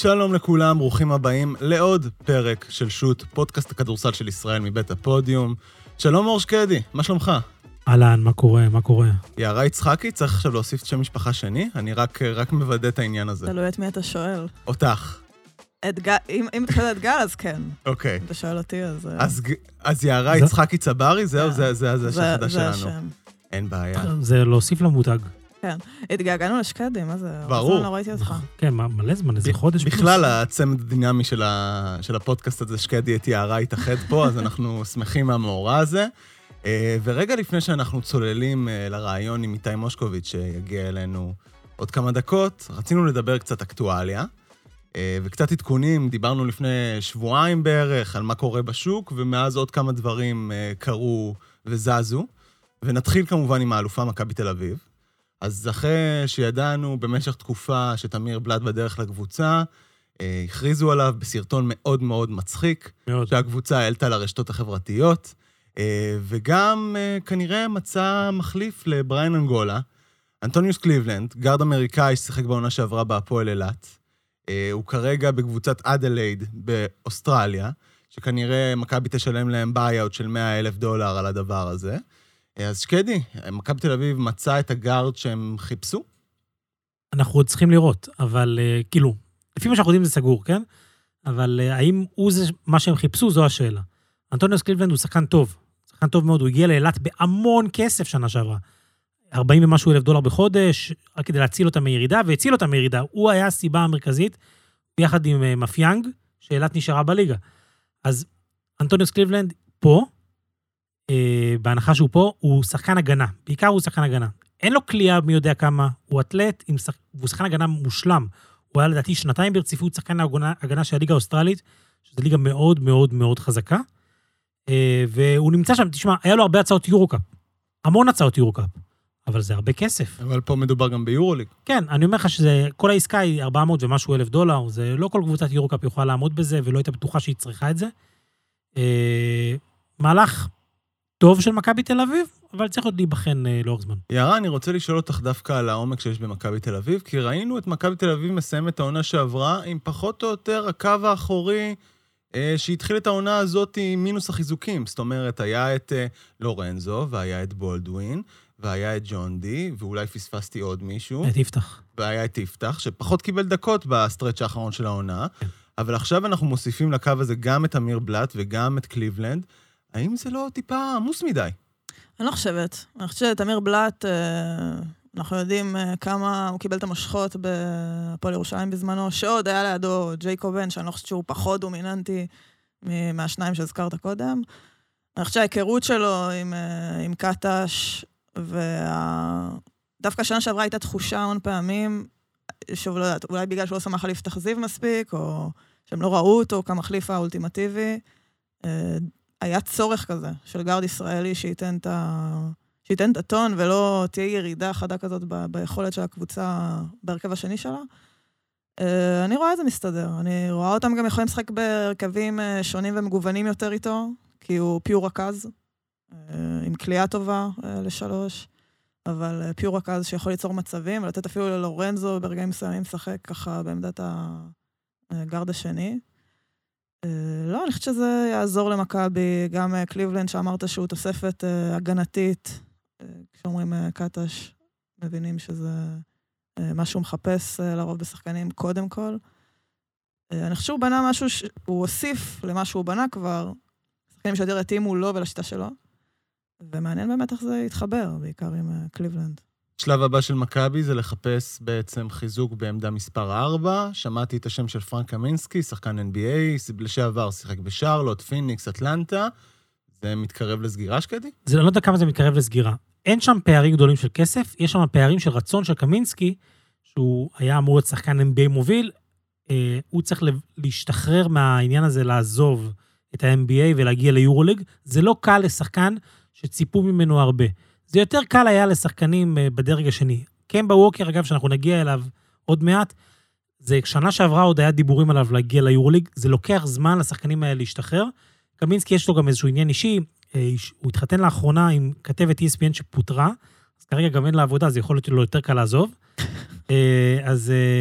שלום לכולם, ברוכים הבאים לעוד פרק של שוט, פודקאסט הכדורסל של ישראל מבית הפודיום. שלום אור שקדי, מה שלומך? אהלן, מה קורה? יערה יצחקי, צריך עכשיו להוסיף שם משפחה שני? אני רק מוודא את העניין הזה. תלוי את מי אתה שואל. אותך. אם אתה שואל את גל, אז כן. אוקיי. אם אתה שואל אותי, אז... אז יערה יצחקי צברי, זהו, זה השחדה שלנו. זה השם. אין בעיה. זה להוסיף למותג. כן. התגעגענו לשקדי, מה זה? ברור. לא ראיתי אותך. כן, מלא זמן, איזה חודש. בכלל, הצמד הדינמי של הפודקאסט הזה, שקדי את יערה התאחד פה, אז אנחנו שמחים מהמאורע הזה. ורגע לפני שאנחנו צוללים לרעיון עם איתי מושקוביץ' שיגיע אלינו עוד כמה דקות, רצינו לדבר קצת אקטואליה, וקצת עדכונים, דיברנו לפני שבועיים בערך על מה קורה בשוק, ומאז עוד כמה דברים קרו וזזו, ונתחיל כמובן עם האלופה מכבי תל אביב. אז אחרי שידענו במשך תקופה שתמיר בלאט בדרך לקבוצה, הכריזו עליו בסרטון מאוד מאוד מצחיק, מאוד. שהקבוצה העלתה לרשתות החברתיות, וגם כנראה מצא מחליף לבריין אנגולה, אנטוניוס קליבלנד, גארד אמריקאי ששיחק בעונה שעברה בהפועל אילת, הוא כרגע בקבוצת אדלייד באוסטרליה, שכנראה מכבי תשלם להם ביי-אוט של $100,000 על הדבר הזה. אז שקדי, מכבי תל אביב מצא את הגארד שהם חיפשו? אנחנו עוד צריכים לראות, אבל כאילו, לפי מה שאנחנו יודעים זה סגור, כן? אבל האם הוא זה מה שהם חיפשו, זו השאלה. אנטוניוס קליבלנד הוא שחקן טוב מאוד, הוא הגיע לאילת בהמון כסף שנה שעברה. 40 ומשהו $1,000 בחודש, רק כדי להציל אותה מירידה, והציל אותה מירידה. הוא היה הסיבה המרכזית, ביחד עם מפיאנג, שאילת נשארה בליגה. אז אנטוניוס קליבלנד פה, בהנחה שהוא פה, הוא שחקן הגנה. בעיקר הוא שחקן הגנה. אין לו קליעה מי יודע כמה, הוא אתלט, והוא שחקן הגנה מושלם. הוא היה לדעתי 2 ברציפות שחקן הגנה של הליגה האוסטרלית, שזו ליגה מאוד מאוד מאוד חזקה. והוא נמצא שם, תשמע, היה לו הרבה הצעות יורוקאפ. המון הצעות יורוקאפ. אבל זה הרבה כסף. אבל פה מדובר גם ביורוליג. כן, אני אומר לך שכל העסקה היא 400 ומשהו $1,000, זה לא כל קבוצת יורוקאפ יוכל לעמוד בזה, ולא הייתה בטוחה שהיא צריכה את זה. מהלך טוב של מכבי תל אביב, אבל צריך עוד להיבחן לאורך זמן. יערה, אני רוצה לשאול אותך דווקא על העומק שיש במכבי תל אביב, כי ראינו את מכבי תל אביב מסיים את העונה שעברה, עם פחות או יותר הקו האחורי, שהתחיל את העונה הזאת עם מינוס החיזוקים. זאת אומרת, היה את לורנזו, והיה את בולדווין, והיה את ג'ון די, ואולי פספסתי עוד מישהו. את יפתח. והיה את יפתח, שפחות קיבל דקות בסטרץ' האחרון של העונה. כן. אבל עכשיו אנחנו מוסיפים לקו הזה גם את תמיר בלאט וגם את קליבלנד. האם זה לא טיפה עמוס מדי? אני לא חושבת. אני חושבת שתמיר בלאט, אנחנו יודעים כמה הוא קיבל את המושכות בהפועל ירושלים בזמנו, שעוד היה לידו ג'ייקוב בן, שאני לא חושבת שהוא פחות דומיננטי מהשניים שהזכרת קודם. אני חושבת שההיכרות שלו עם קטש, ודווקא השנה שעברה הייתה תחושה המון פעמים, שוב לא יודעת, אולי בגלל שהוא לא שמח על יפתח זיו מספיק, או שהם לא ראו אותו כמחליף האולטימטיבי, היה צורך כזה של גארד ישראלי שייתן את הטון, ולא תהיה ירידה חדה כזאת ביכולת של הקבוצה בהרכב השני שלה. אני רואה את זה מסתדר. אני רואה אותם גם יכולים לשחק בהרכבים שונים ומגוונים יותר איתו, כי הוא פיור רכז, עם קליעה טובה ל3, אבל פיור רכז שיכול ליצור מצבים, ולתת אפילו ללורנזו ברגעים מסוימים לשחק ככה בעמדת הגארד השני. לא, אני חושבת שזה יעזור למכבי, גם קליבלנד שאמרת שהוא תוספת הגנתית, כשאומרים קטש, מבינים שזה מה שהוא מחפש לרוב בשחקנים קודם כל. אני חושב שהוא בנה משהו, הוא הוסיף למה שהוא בנה כבר, שחקנים שיותר יתאימו לו ולשיטה שלו, ומעניין באמת איך זה יתחבר, בעיקר עם קליבלנד. שלב הבא של מכבי זה לחפש בעצם חיזוק בעמדה מספר 4. שמעתי את השם של פרנק קמינסקי, שחקן NBA, לשעבר שיחק בשרלוט, פיניקס, אטלנטה. זה מתקרב לסגירה, שקדי? זה לא יודע כמה זה מתקרב לסגירה. אין שם פערים גדולים של כסף, יש שם פערים של רצון של קמינסקי, שהוא היה אמור להיות שחקן NBA מוביל, הוא צריך להשתחרר מהעניין הזה, לעזוב את ה-NBA ולהגיע ליורוליג. זה לא קל לשחקן שציפו ממנו הרבה. זה יותר קל היה לשחקנים בדרג השני. קמבה ווקר, אגב, שאנחנו נגיע אליו עוד מעט, זה שנה שעברה עוד היה דיבורים עליו להגיע ליורוליג, זה לוקח זמן לשחקנים האלה להשתחרר. קמינסקי יש לו גם איזשהו עניין אישי, הוא התחתן לאחרונה עם כתבת ESPN שפוטרה, אז כרגע גם אין לה עבודה, אז יכול להיות לו יותר קל לעזוב. אז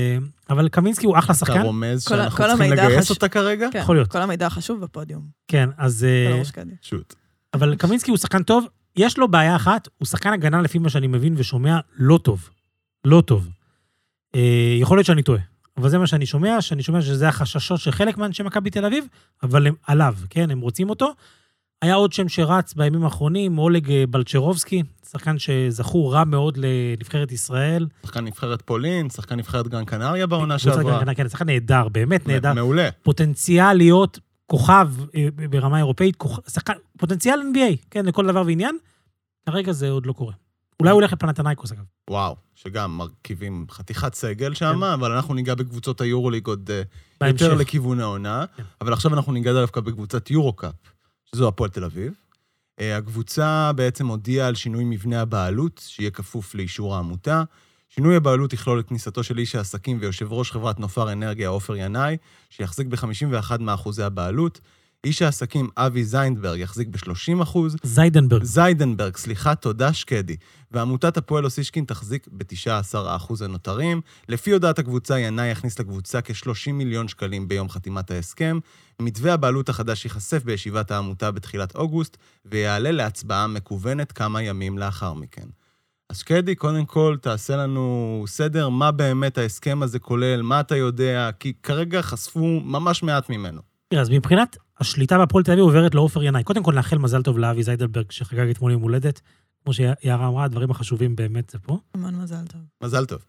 אבל קמינסקי הוא אחלה אתה שחקן. רומז כל שאנחנו צריכים המידע לגייס אותה כרגע? כן, יכול להיות. כל המידע חשוב בפודיום. כן, אז... לא שקדי. שוט. אבל קמינסקי הוא שחקן טוב, יש לו בעיה אחת, הוא שחקן הגנה לפי מה שאני מבין ושומע, לא טוב. לא טוב. יכול להיות שאני טועה, אבל זה מה שאני שומע שזה החששות של חלק מאנשי מכבי תל אביב, אבל הם עליו, כן, הם רוצים אותו. היה עוד שם שרץ בימים האחרונים, אולג בלצ'רובסקי, שחקן שזכור רע מאוד לנבחרת ישראל. שחקן נבחרת פולין, שחקן נבחרת גרן קנריה בעונה שעברה. כן, שחקן נהדר, באמת נהדר. מעולה. פוטנציאל להיות כוכב ברמה אירופאית, פוטנציאל NBA, כן, לכל דבר ועניין. כרגע זה עוד לא קורה. אולי הוא הולך לפנתנייקוס, אגב. וואו, שגם מרכיבים חתיכת סגל שם, אבל אנחנו ניגע בקבוצות היורוליג עוד יותר לכיוון העונה, אבל עכשיו אנחנו ניגע דווקא בקבוצת יורוקאפ, שזו הפועל תל אביב. הקבוצה בעצם הודיעה על שינוי מבנה הבעלות, שיהיה כפוף לאישור העמותה. שינוי הבעלות יכלול את כניסתו של איש העסקים ויושב ראש חברת נופר אנרגיה, עופר ינאי, שיחזיק ב-51% הבעלות. איש העסקים אבי זיינדברג יחזיק ב-30%. זיידנברג, סליחה, תודה שקדי. ועמותת הפועל אוסישקין תחזיק ב-19% הנותרים. לפי הודעת הקבוצה, ינאי יכניס לקבוצה כ-30 מיליון שקלים ביום חתימת ההסכם. מתווה הבעלות החדש ייחשף בישיבת העמותה בתחילת אוגוסט, ויעלה להצבעה מקוונת כמה ימים לאחר מכן. אז שקדי, קודם כל, תעשה לנו סדר, מה באמת ההסכם הזה כולל, מה אתה יודע, כי כרגע חשפו ממש מעט ממנו. אז מבחינת השליטה בהפועל תל אביב עוברת לעופר ינאי. קודם כל, נאחל מזל טוב לאבי זיידנברג, שחגג אתמול יום הולדת. כמו שיערה אמרה, הדברים החשובים באמת זה פה. המון מזל טוב. מזל טוב.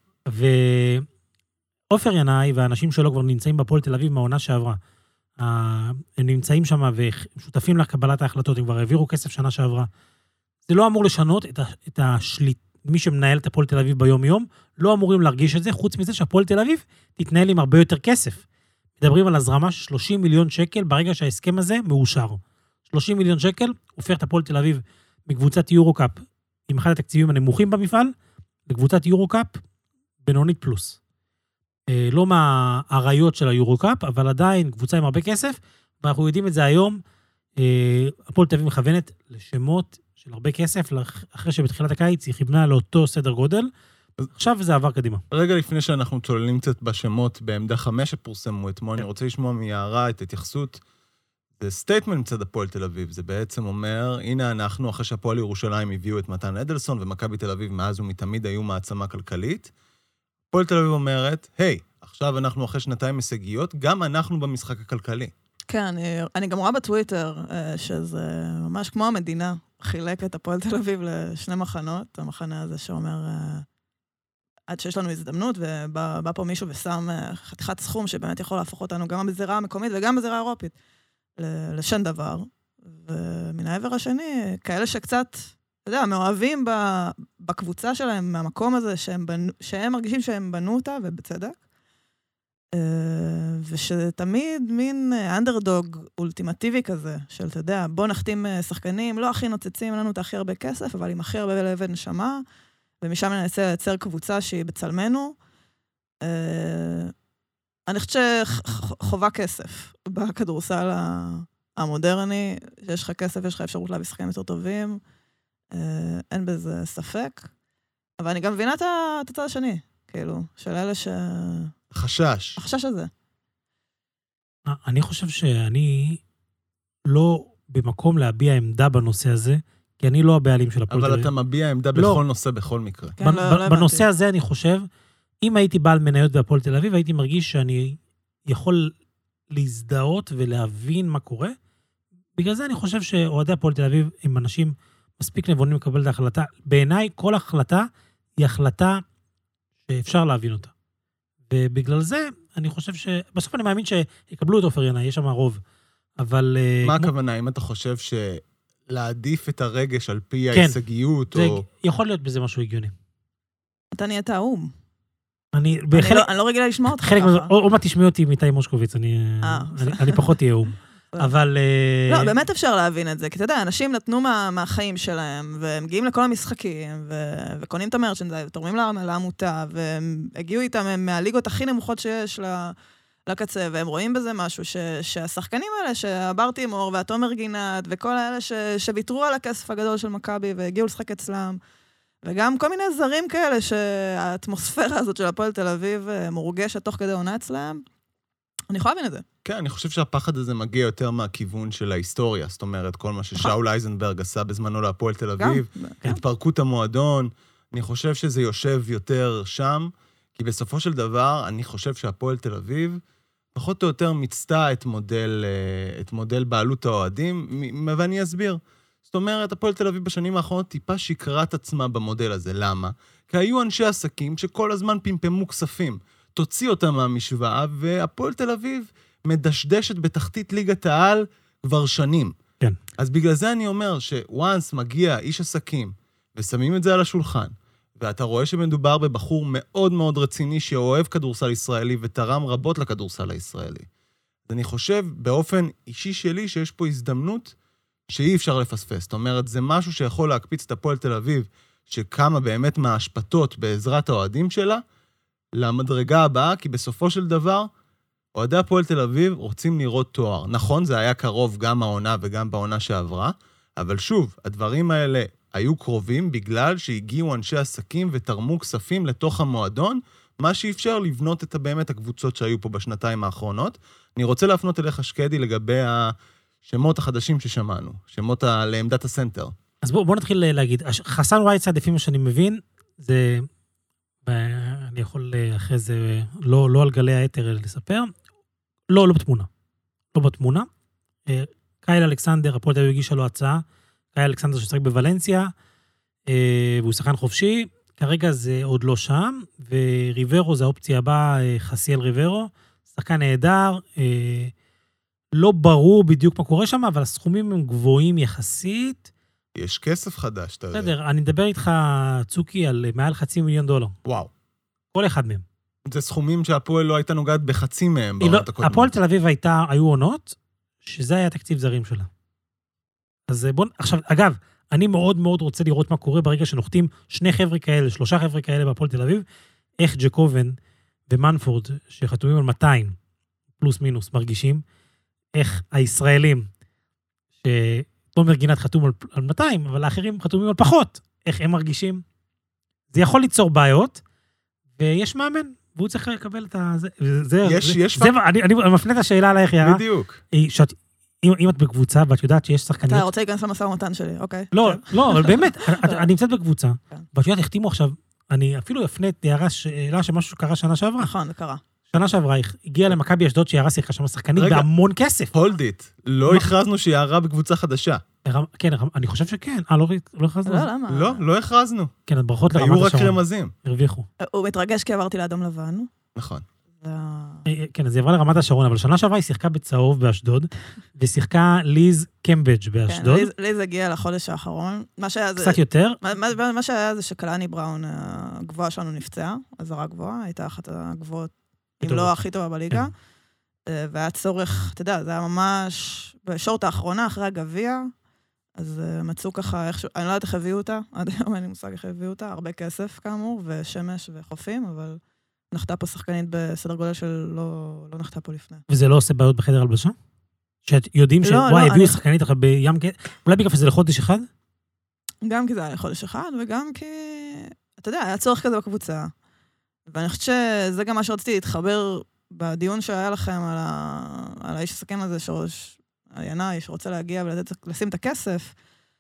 ועופר ינאי והאנשים שלו כבר נמצאים בהפועל תל אביב מהעונה שעברה. הם נמצאים שם ושותפים לקבלת ההחלטות, הם כבר העבירו כסף שנה שעברה. זה לא אמור לשנות את מי שמנהל את הפועל תל אביב ביום-יום, לא אמורים להרגיש את זה, חוץ מזה שהפועל תל אביב תתנהל עם הרבה יותר כסף. מדברים על הזרמה של 30 מיליון שקל ברגע שההסכם הזה מאושר. 30 מיליון שקל הופך את הפועל תל אביב מקבוצת יורוקאפ, עם אחד התקציבים הנמוכים במפעל, לקבוצת יורוקאפ בינונית פלוס. לא מהעריות של היורוקאפ, אבל עדיין קבוצה עם הרבה כסף, ואנחנו יודעים את זה היום, הפועל תל אביב מכוונת לשמות של הרבה כסף, אחרי שבתחילת הקיץ היא כיוונה לאותו סדר גודל, עכשיו זה עבר קדימה. רגע לפני שאנחנו צוללים קצת בשמות בעמדה 5 שפורסמו אתמול, אני רוצה לשמוע מיערה את התייחסות, זה סטייטמנט מצד הפועל תל אביב, זה בעצם אומר, הנה אנחנו, אחרי שהפועל ירושלים הביאו את מתן אדלסון, ומכבי תל אביב מאז ומתמיד היו מעצמה כלכלית, הפועל תל אביב אומרת, היי, עכשיו אנחנו אחרי שנתיים הישגיות, גם אנחנו במשחק הכלכלי. כן, אני גם רואה בטוויטר, שזה ממש כמו המדינה, חילק את הפועל תל אביב לשני מחנות, המחנה הזה שאומר, עד שיש לנו הזדמנות, ובא פה מישהו ושם חתיכת סכום שבאמת יכול להפוך אותנו גם בזירה המקומית וגם בזירה האירופית, לשן דבר. ומן העבר השני, כאלה שקצת, אתה יודע, מאוהבים בקבוצה שלהם, מהמקום הזה, שהם מרגישים שהם בנו אותה, ובצדק. ושתמיד מין אנדרדוג אולטימטיבי כזה, של, אתה יודע, בוא נחתים שחקנים, לא הכי נוצצים לנו את הכי הרבה כסף, אבל עם הכי הרבה לב נשמה, ומשם ננסה לייצר קבוצה שהיא בצלמנו. אני חושבת שחובה כסף בכדורסל המודרני, שיש לך כסף, יש לך אפשרות להביא שחקנים יותר טובים, אין בזה ספק, אבל אני גם מבינה את הצד השני, כאילו, של אלה חשש. החשש הזה. אני חושב שאני לא במקום להביע עמדה בנושא הזה, כי אני לא הבעלים של הפועל תל אביב. אבל אתה מביע עמדה בכל נושא, בכל מקרה. בנושא הזה אני חושב, אם הייתי בעל מניות בהפועל תל אביב, הייתי מרגיש שאני יכול להזדהות ולהבין מה קורה. בגלל זה אני חושב שאוהדי הפועל תל אביב הם אנשים מספיק נבונים לקבל את ההחלטה. בעיניי כל החלטה היא החלטה שאפשר להבין אותה. ובגלל זה אני חושב בסוף אני מאמין שיקבלו את עופר ינאי, יש שם רוב. אבל... מה הכוונה? אם אתה חושב להעדיף את הרגש על פי ההישגיות, או... יכול להיות בזה משהו הגיוני. אתה נהיית האום. אני לא רגילה לשמוע אותך ככה. או מה תשמעי אותי איתי מושקוביץ, אני פחות תהיה האום. אבל... לא, באמת אפשר להבין את זה, כי אתה יודע, אנשים נתנו מהחיים שלהם, והם מגיעים לכל המשחקים, וקונים את המרצ'נדייז, ותורמים לעמותה, והם הגיעו איתם מהליגות הכי נמוכות שיש לקצה, והם רואים בזה משהו שהשחקנים האלה, שהברתי מור והתומר גינת, וכל האלה שוויתרו על הכסף הגדול של מכבי, והגיעו לשחק אצלם, וגם כל מיני זרים כאלה שהאטמוספירה הזאת של הפועל תל אביב מורגשת תוך כדי עונה אצלהם. אני יכולה להבין את זה. כן, אני חושב שהפחד הזה מגיע יותר מהכיוון של ההיסטוריה. זאת אומרת, כל מה ששאול אייזנברג עשה בזמנו להפועל תל אביב, התפרקות המועדון, אני חושב שזה יושב יותר שם, כי בסופו של דבר, אני חושב שהפועל תל אביב, פחות או יותר מצטע את מודל בעלות האוהדים, ואני אסביר. זאת אומרת, הפועל תל אביב בשנים האחרונות טיפה שקרת עצמה במודל הזה. למה? כי היו אנשי עסקים שכל הזמן פמפמו כספים. תוציא אותם מהמשוואה, והפועל תל אביב מדשדשת בתחתית ליגת העל כבר שנים. כן. אז בגלל זה אני אומר שוואנס מגיע איש עסקים, ושמים את זה על השולחן, ואתה רואה שמדובר בבחור מאוד מאוד רציני, שאוהב כדורסל ישראלי, ותרם רבות לכדורסל הישראלי. אז אני חושב באופן אישי שלי, שיש פה הזדמנות שאי אפשר לפספס. זאת אומרת, זה משהו שיכול להקפיץ את הפועל תל אביב, שכמה באמת מההשפטות בעזרת האוהדים שלה, למדרגה הבאה, כי בסופו של דבר, אוהדי הפועל תל אביב רוצים לראות תואר. נכון, זה היה קרוב גם העונה וגם בעונה שעברה, אבל שוב, הדברים האלה היו קרובים בגלל שהגיעו אנשי עסקים ותרמו כספים לתוך המועדון, מה שאפשר לבנות את באמת הקבוצות שהיו פה בשנתיים האחרונות. אני רוצה להפנות אליך שקדי לגבי השמות החדשים ששמענו, שמות לעמדת הסנטר. אז בוא נתחיל להגיד, חסן וייצד, לפי מה שאני מבין, זה, אני יכול אחרי זה, לא על גלי היתר לספר, לא בתמונה. לא בתמונה. קייל אלכסנדר, הפועל תל אביב הגישה לו הצעה, קייל אלכסנדר ששחק בוולנסיה, והוא שחקן חופשי, כרגע זה עוד לא שם, וריברו זה האופציה הבאה, חסיאל ריברו, שחקן נהדר, לא ברור בדיוק מה קורה שם, אבל הסכומים הם גבוהים יחסית. יש כסף חדש, אתה יודע. בסדר, אני מדבר איתך, צוקי, על מעל $500,000. וואו. כל אחד מהם. זה סכומים שהפועל לא הייתה נוגעת בחצי מהם בעונות הקודמות. הפועל תל אביב היו עונות, שזה היה תקציב זרים שלה. אז בוא, עכשיו, אגב, אני מאוד מאוד רוצה לראות מה קורה ברגע שנוחתים 2 חבר'ה כאלה, 3 חבר'ה כאלה בהפועל תל אביב, איך ג'קובן ומנפורד, שחתומים על 200, פלוס מינוס, מרגישים, איך הישראלים, שתומר גינת חתום על 200, אבל האחרים חתומים על פחות, איך הם מרגישים. זה יכול ליצור בעיות, ויש מאמן, והוא צריך לקבל את זה. אני מפנה את השאלה עלייך, ירה. בדיוק. אם את בקבוצה, ואת יודעת שיש שחקניות... אתה רוצה להיכנס למשא ומתן שלי, אוקיי. לא, אבל באמת, אני נמצאת בקבוצה, ואת יודעת, החתימו עכשיו, אני אפילו אפנה את יערה שאלה שמשהו שקרה שנה שעברה. נכון, זה קרה. שנה שעברה, הגיעה למכבי אשדוד שיערה שיחקה שם שחקנית בהמון כסף. הולד איט, לא הכרזנו שיערה בקבוצה חדשה. כן, אני חושב שכן. לא הכרזנו? לא, למה? לא הכרזנו. כן, את ברכות לרמת השרון. השרון. היו רק רמזים. הרוויחו. הוא מתרגש כי עברתי לאדום לבן. נכון. כן, אז היא עברה לרמת השרון, אבל שנה שעברה היא שיחקה בצהוב באשדוד, ושיחקה ליז קמבג' באשדוד. כן, ליז הגיעה לחודש האחרון. קצת יותר. מה שהיה זה שקלני בראון, הגבוהה שלנו נפצעה, הזרה גבוהה, הייתה אחת הגבוהות, אם לא הכי טובה בליגה. והיה צורך, אתה יודע, זה היה ממש בשורט האחרונה, אחרי הגביע, אז מצאו ככה, אני לא יודעת איך הביאו אותה, עד היום אין לי מושג איך הביאו אותה, הרבה כסף כאמור, ושמש וחופים, אבל נחתה פה שחקנית בסדר גודל של לא נחתה פה לפני. וזה לא עושה בעיות בחדר הלבשה? שיודעים שוואי, הביאו שחקנית אחת בים, אולי בגלל זה לחודש אחד? גם כי זה היה לחודש אחד, וגם כי, אתה יודע, היה צורך כזה בקבוצה, ואני חושבת שזה גם מה שרציתי להתחבר בדיון שהיה לכם על האיש עסקים הזה, הינאי שרוצה להגיע ולשים את הכסף,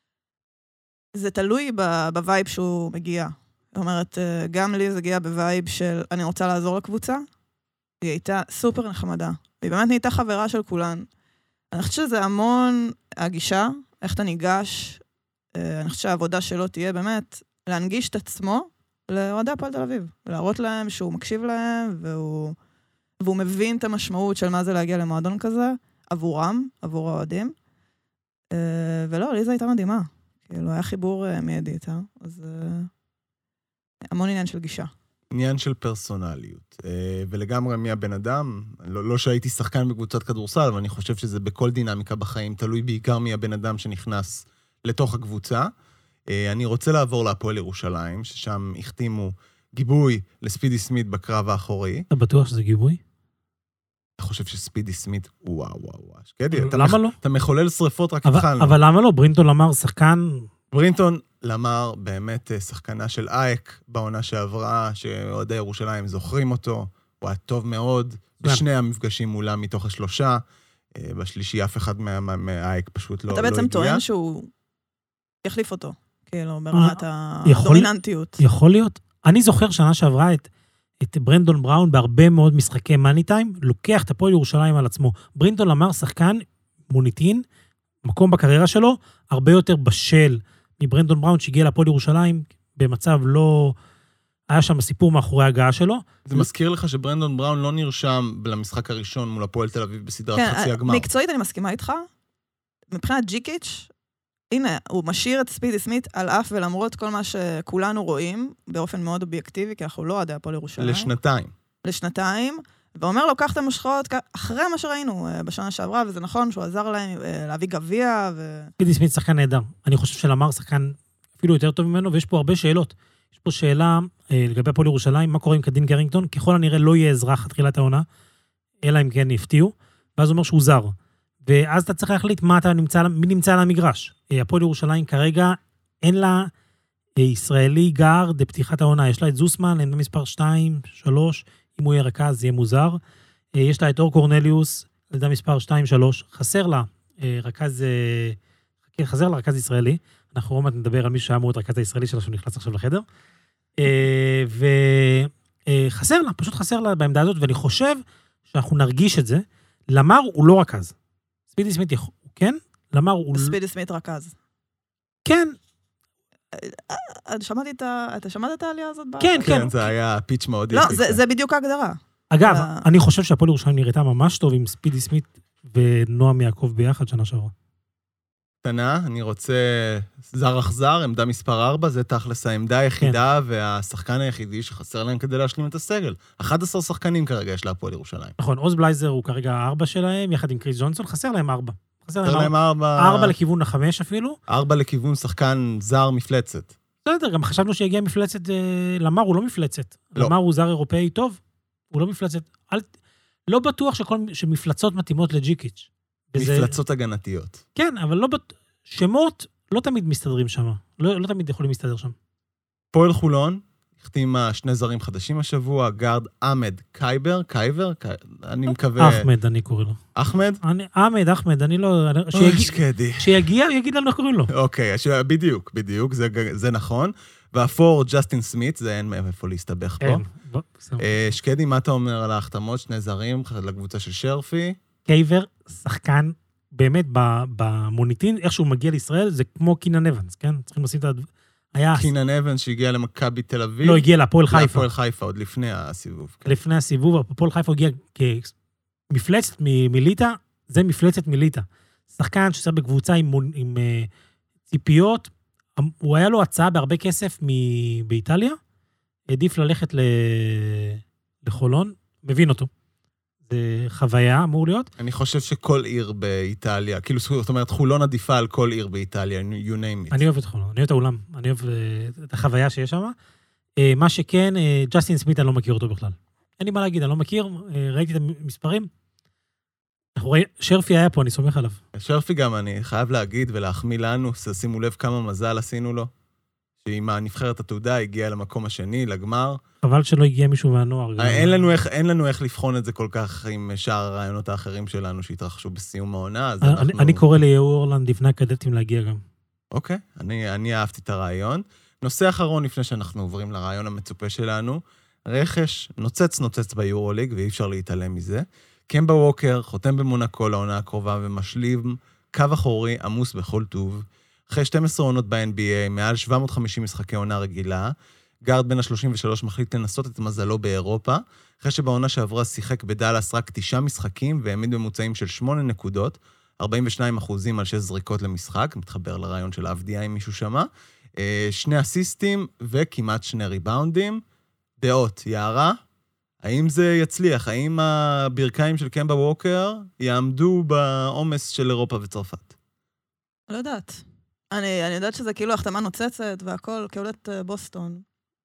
זה תלוי בווייב שהוא מגיע. זאת אומרת, גם לי זה הגיע בווייב של אני רוצה לעזור לקבוצה, היא הייתה סופר נחמדה, והיא באמת נהייתה חברה של כולן. אני חושבת שזה המון הגישה, איך אתה ניגש, אני חושבת שהעבודה שלו תהיה באמת להנגיש את עצמו לאוהדי הפועל תל אביב, ולהראות להם שהוא מקשיב להם, והוא מבין את המשמעות של מה זה להגיע למועדון כזה, עבורם, עבור האוהדים. ולא, ליזה הייתה מדהימה. כאילו, היה חיבור מיידי איתה, אז המון עניין של גישה. עניין של פרסונליות. ולגמרי מי הבן אדם, לא שהייתי שחקן בקבוצת כדורסל, אבל אני חושב שזה בכל דינמיקה בחיים, תלוי בעיקר מי הבן אדם שנכנס לתוך הקבוצה. אני רוצה לעבור להפועל ירושלים, ששם החתימו גיבוי לספידי סמית בקרב האחורי. אתה בטוח שזה גיבוי? אתה חושב שספידי סמית, וואו. שקדי, למה לא? אתה מחולל שריפות, רק התחלנו. אבל למה לא? ברינטון אמר שחקן ברינטון למר באמת שחקנה של אייק בעונה שעברה, שאוהדי ירושלים זוכרים אותו, הוא היה טוב מאוד, בשני המפגשים מולה מתוך 3, בשלישי אף אחד מהאייק פשוט לא הגיע. אתה בעצם טוען שהוא יחליף אותו, כאילו, ברמת הדומיננטיות. יכול להיות. אני זוכר שנה שעברה את ברנדון בראון בהרבה מאוד משחקי מאני טיים, לוקח את הפועל ירושלים על עצמו. ברינטון למר שחקן מוניטין, מקום בקריירה שלו, הרבה יותר בשל מברנדון בראון שהגיע לפועל ירושלים, במצב לא... היה שם סיפור מאחורי ההגעה שלו. זה מזכיר לך שברנדון בראון לא נרשם למשחק הראשון מול הפועל תל אביב בסדרת חצי הגמר. מקצועית אני מסכימה איתך. מבחינת ג'יקיץ', הנה, הוא משאיר את ספידי סמית על אף ולמרות כל מה שכולנו רואים, באופן מאוד אובייקטיבי, כי אנחנו לא עדי הפועל ירושלים. לשנתיים. ואומר לו, קח את המשחאות אחרי מה שראינו בשנה שעברה, וזה נכון שהוא עזר להם להביא גביע. ספידי סמית שחקן נהדר. אני חושב שלמר שחקן אפילו יותר טוב ממנו, ויש פה הרבה שאלות. יש פה שאלה לגבי הפועל ירושלים, מה קורה עם קדין גרינגטון? ככל הנראה לא יהיה אזרח תחילת העונה, אלא אם כן יפתיעו, ואז הוא אומר שהוא זר. ואז אתה צריך להחליט מי נמצא על המגרש. הפועל ירושלים כרגע אין לה ישראלי גארד בפתיחת העונה. יש לה את זוסמן, עמדה מספר 2, 3, אם הוא יהיה רכז, זה יהיה מוזר. יש לה את אור קורנליוס, עמדה מספר 2, 3, חסר לה רכז ישראלי. אנחנו רואים, נדבר על מישהו שהיה אמור את רכז הישראלי שלה, שהוא נכנס עכשיו לחדר. וחסר לה, פשוט חסר לה בעמדה הזאת, ואני חושב שאנחנו נרגיש את זה. למר הוא לא רכז. ספידי סמית, כן? למר הוא... ספידי סמית רכז. כן. אתה שמעת את העלייה הזאת? כן, כן. כן, זה היה פיץ' מאוד יפה. לא, זה בדיוק ההגדרה. אגב, אני חושב שהפועל ירושלים נראיתה ממש טוב עם ספידי סמית ונועם יעקב ביחד שנה שעברה. קטנה, אני רוצה זר אכזר, עמדה מספר 4, זה תכלס העמדה היחידה והשחקן היחידי שחסר להם כדי להשלים את הסגל. 11 שחקנים כרגע יש להפועל ירושלים. נכון, עוז בלייזר הוא כרגע 4 שלהם, יחד עם קריס ג'ונסון, חסר להם 4. חסר להם 4. 4 לכיוון 5 אפילו. 4 לכיוון שחקן זר מפלצת. בסדר, גם חשבנו שיגיע מפלצת, למר הוא לא מפלצת. לא. למר הוא זר אירופאי טוב, הוא לא מפלצת. לא בטוח שמפלצות מתאימות לג'יקיץ'. מפלצות הגנתיות. כן, אבל לא שמות לא תמיד מסתדרים שם. לא תמיד יכולים להסתדר שם. פועל חולון החתימה 2 זרים חדשים השבוע, גארד אחמד קייבר, אני מקווה... אחמד, אני קורא לו. אחמד? אחמד, אני לא... שיגיע, יגיד לנו קוראים לו. אוקיי, בדיוק, זה נכון. והפור, ג'סטין סמית, זה אין מאיפה להסתבך פה. שקדי, מה אתה אומר על ההחתמות? 2 זרים לקבוצה של שרפי? קייבר, שחקן, באמת, במוניטין, איך שהוא מגיע לישראל, זה כמו קינן אבנס, כן? צריכים לשים את קינן אבנס שהגיע למכבי תל אביב. לא, הגיע להפועל חיפה. להפועל חיפה, עוד לפני הסיבוב. לפני הסיבוב, הפועל חיפה הגיע כמפלצת מליטה, זה מפלצת מליטה. שחקן שעשה בקבוצה עם ציפיות, הוא היה לו הצעה בהרבה כסף באיטליה, העדיף ללכת לחולון, מבין אותו. זה חוויה, אמור להיות. אני חושב שכל עיר באיטליה, כאילו, זאת אומרת, חולון עדיפה על כל עיר באיטליה, you name it. אני אוהב את חולון, אני אוהב את האולם, אני אוהב את החוויה שיש שם. מה שכן, ג'סטין סמית, אני לא מכיר אותו בכלל. אין לי מה להגיד, אני לא מכיר, ראיתי את המספרים. שרפי היה פה, אני סומך עליו. שרפי גם, אני חייב להגיד ולהחמיא לנו, שימו לב כמה מזל עשינו לו, שעם הנבחרת התעודה הגיע למקום השני, לגמר. חבל שלא הגיע מישהו מהנוער. אין לנו איך לבחון את זה כל כך עם שאר הרעיונות האחרים שלנו שהתרחשו בסיום העונה. אני קורא ליהוא אורלנד לפני הקדטים להגיע גם. אוקיי, אני אהבתי את הרעיון. נושא אחרון לפני שאנחנו עוברים לרעיון המצופה שלנו, רכש נוצץ ביורוליג, ואי אפשר להתעלם מזה. קמבה ווקר חותם במונקו לעונה הקרובה ומשלים קו אחורי עמוס בכל טוב. אחרי 12 עונות ב-NBA, מעל 750 משחקי עונה רגילה, גארד בן ה-33 מחליט לנסות את מזלו באירופה, אחרי שבעונה שעברה שיחק בדלס רק 9 משחקים, והעמיד בממוצעים של 8 נקודות, 42% על 6 זריקות למשחק, מתחבר לרעיון של אבדיה אם מישהו שמע, 2 אסיסטים וכמעט 2 ריבאונדים. דעות, יערה? האם זה יצליח? האם הברכיים של קמבה ווקר יעמדו בעומס של אירופה וצרפת? לא יודעת. אני יודעת שזה כאילו החתמה נוצצת והכל, כאולת בוסטון,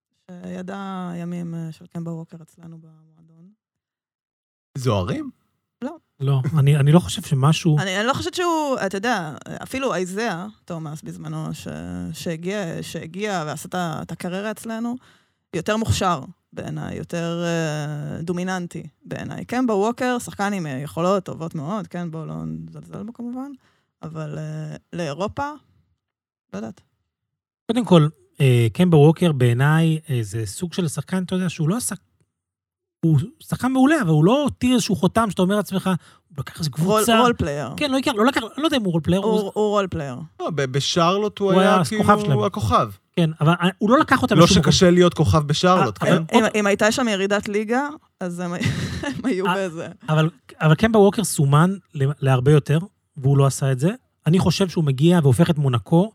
שידע ימים של קמבה ווקר אצלנו במועדון. זוהרים? לא, אני לא חושב שמשהו... אני לא חושבת שהוא, אתה יודע, אפילו איזאה, תומאס בזמנו, שהגיע ועשה את הקריירה אצלנו, יותר מוכשר בעיניי, יותר דומיננטי בעיניי. קמבה ווקר, שחקן עם יכולות טובות מאוד, כן, בואו לא נזלזל בו כמובן, אבל לאירופה, לא יודעת. קודם כל, קמבה ווקר בעיניי זה סוג של שחקן, אתה יודע, שהוא לא עשה... הוא שחקן מעולה, אבל הוא לא הותיר איזשהו חותם שאתה אומר לעצמך, הוא לקח איזו קבוצה... רול פלייר. כן, לא לקח, לא יודע אם הוא רול פלייר. הוא רול פלייר. לא, בשרלוט הוא היה כאילו הכוכב. כן, אבל הוא לא לקח אותם... לא שקשה להיות כוכב בשרלוט, כן? אם הייתה שם ירידת ליגה, אז הם היו בזה. אבל קמבה ווקר סומן להרבה יותר, והוא לא עשה את זה. אני חושב שהוא מגיע והופך את מונקו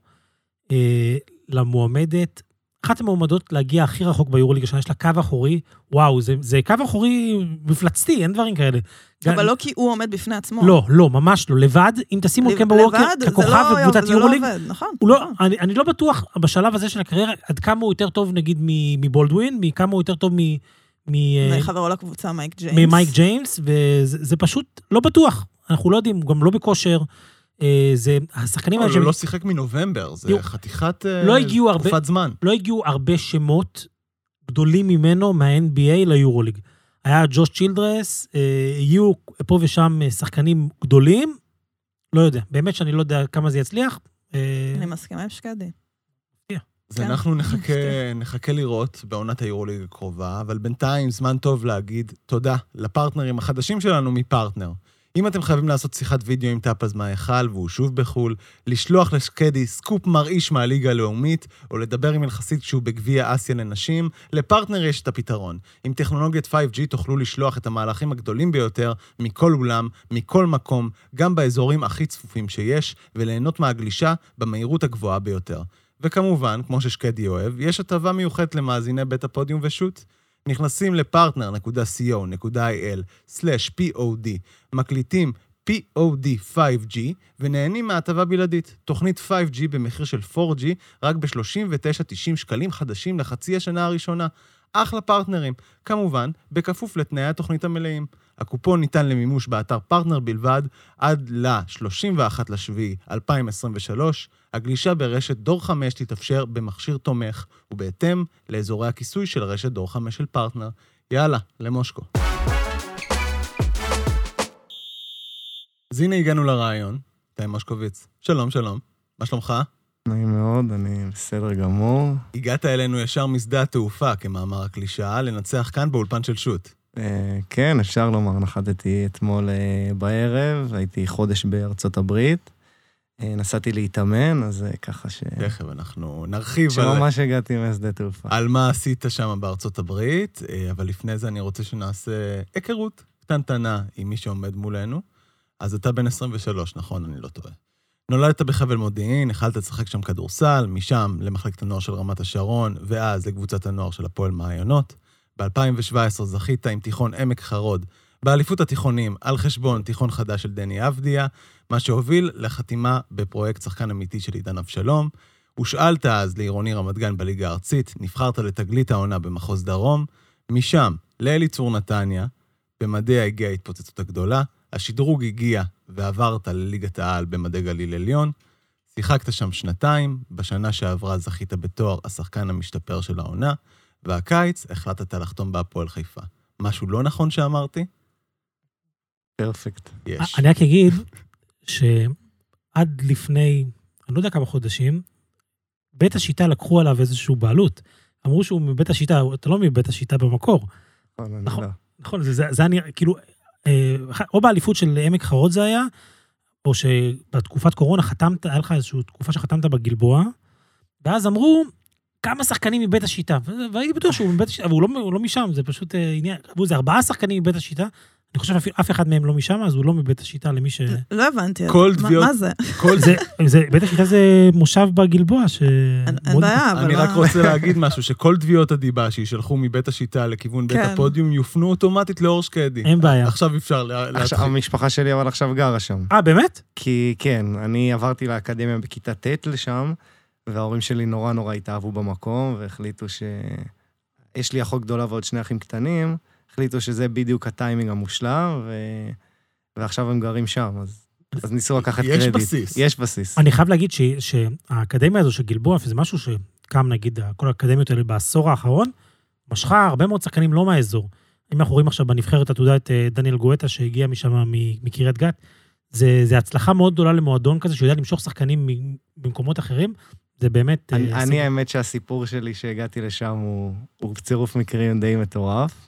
למועמדת, אחת המועמדות להגיע הכי רחוק ביורוליגה, שיש לה קו אחורי, וואו, זה קו אחורי מפלצתי, אין דברים כאלה. אבל לא כי הוא עומד בפני עצמו. לא, ממש לא. לבד, אם תשימו את קמבה ווקר ככוכב בקבוצת יורוליג, אני לא בטוח בשלב הזה של הקריירה, עד כמה הוא יותר טוב, נגיד, מבולדווין, מכמה הוא יותר טוב חברו לקבוצה מייק ג'יימס. ממייק ג'יימס, וזה פשוט לא בטוח. אנחנו לא יודעים, גם לא בכושר. זה, השחקנים... הוא לא שיחק מנובמבר, זה חתיכת תקופת זמן. לא הגיעו הרבה שמות גדולים ממנו מה-NBA ליורוליג. היה ג'וש צ'ילדרס, הגיעו פה ושם שחקנים גדולים, לא יודע, באמת שאני לא יודע כמה זה יצליח. אני מסכימה עם שקדי. אז אנחנו נחכה לראות בעונת היורוליג הקרובה, אבל בינתיים זמן טוב להגיד תודה לפרטנרים החדשים שלנו מפרטנר. אם אתם חייבים לעשות שיחת וידאו עם טאפז מהיכל והוא שוב בחול, לשלוח לשקדי סקופ מרעיש מהליגה הלאומית, או לדבר עם אלחסיד כשהוא בגביע אסיה לנשים, לפרטנר יש את הפתרון. עם טכנולוגיית 5G תוכלו לשלוח את המהלכים הגדולים ביותר מכל אולם, מכל מקום, גם באזורים הכי צפופים שיש, וליהנות מהגלישה במהירות הגבוהה ביותר. וכמובן, כמו ששקדי אוהב, יש הטבה מיוחדת למאזיני בית הפודיום ושוט. נכנסים לפרטנר.co.il/POD, מקליטים POD 5G ונהנים מהטבה בלעדית. תוכנית 5G במחיר של 4G רק ב-39.90 שקלים חדשים לחצי השנה הראשונה. אחלה פרטנרים, כמובן, בכפוף לתנאי התוכנית המלאים. הקופון ניתן למימוש באתר פרטנר בלבד עד ל-31.7.2023. הגלישה ברשת דור 5 תתאפשר במכשיר תומך, ובהתאם לאזורי הכיסוי של רשת דור 5 של פרטנר. יאללה, למושקו. אז הנה הגענו לרעיון, תאי מושקוביץ. שלום, שלום. מה שלומך? נעים מאוד, אני בסדר גמור. הגעת אלינו ישר משדה התעופה, כמאמר הקלישאה, לנצח כאן באולפן של שוט. כן, אפשר לומר, נחתתי אתמול בערב, הייתי חודש בארצות הברית, נסעתי להתאמן, אז ככה ש... תכף, אנחנו נרחיב שממש הגעתי משדה תעופה. על מה עשית שם בארצות הברית, אבל לפני זה אני רוצה שנעשה היכרות קטנטנה עם מי שעומד מולנו. אז אתה בן 23, נכון? אני לא טועה. נולדת בחבל מודיעין, החלת לשחק שם כדורסל, משם למחלקת הנוער של רמת השרון, ואז לקבוצת הנוער של הפועל מעיינות. ב-2017 זכית עם תיכון עמק חרוד, באליפות התיכונים על חשבון תיכון חדש של דני אבדיה, מה שהוביל לחתימה בפרויקט שחקן אמיתי של עידן אבשלום. הושאלת אז לעירוני רמת גן בליגה הארצית, נבחרת לתגלית העונה במחוז דרום, משם לאליצור נתניה, במדיה הגיעה ההתפוצצות הגדולה, השדרוג הגיע ועברת לליגת העל במדי גליל עליון, שיחקת שם 2, בשנה שעברה זכית בתואר השחקן המשתפר של העונה, והקיץ החלטת לחתום בהפועל חיפה. משהו לא נכון שאמרתי? פרפקט. יש. אני רק אגיד שעד לפני, אני לא יודע כמה חודשים, בית השיטה לקחו עליו איזשהו בעלות. אמרו שהוא מבית השיטה, אתה לא מבית השיטה במקור. נכון, זה אני, כאילו, או באליפות של עמק חרוד זה היה, או שבתקופת קורונה חתמת, היה לך איזושהי תקופה שחתמת בגלבוע, ואז אמרו, כמה שחקנים מבית השיטה, והייתי בטוח שהוא מבית השיטה, אבל הוא לא משם, זה פשוט עניין, זה 4 שחקנים מבית השיטה, אני חושב אף אחד מהם לא משם, אז הוא לא מבית השיטה למי ש... לא הבנתי, מה זה? בית השיטה זה מושב בגלבוע, אין בעיה, אבל... אני רק רוצה להגיד משהו, שכל תביעות הדיבה שישלחו מבית השיטה לכיוון בית הפודיום, יופנו אוטומטית לאור שקדי. אין בעיה. עכשיו אפשר להתחיל. המשפחה שלי אבל עכשיו גרה שם. באמת? כי כן, אני עברתי לאקדמיה בכיתה ט' לשם, וההורים שלי נורא התאהבו במקום, והחליטו יש לי אחות גדולה ועוד 2 אחים קטנים, החליטו שזה בדיוק הטיימינג המושלם, ועכשיו הם גרים שם, אז ניסו לקחת יש קרדיט. בסיס. יש בסיס. אני חייב להגיד שהאקדמיה הזו של גלבוע, זה משהו שקם, נגיד, כל האקדמיות האלה בעשור האחרון, משכה הרבה מאוד שחקנים לא מהאזור. אם אנחנו רואים עכשיו בנבחרת עתודה את דניאל גואטה, שהגיע משם מקריית גת, זה הצלחה מאוד גדולה למועדון כזה, שיודע למשוך שחקנים במקומות אחרים, זה באמת... אני האמת שהסיפור שלי שהגעתי לשם הוא בצירוף מקרים די מטורף.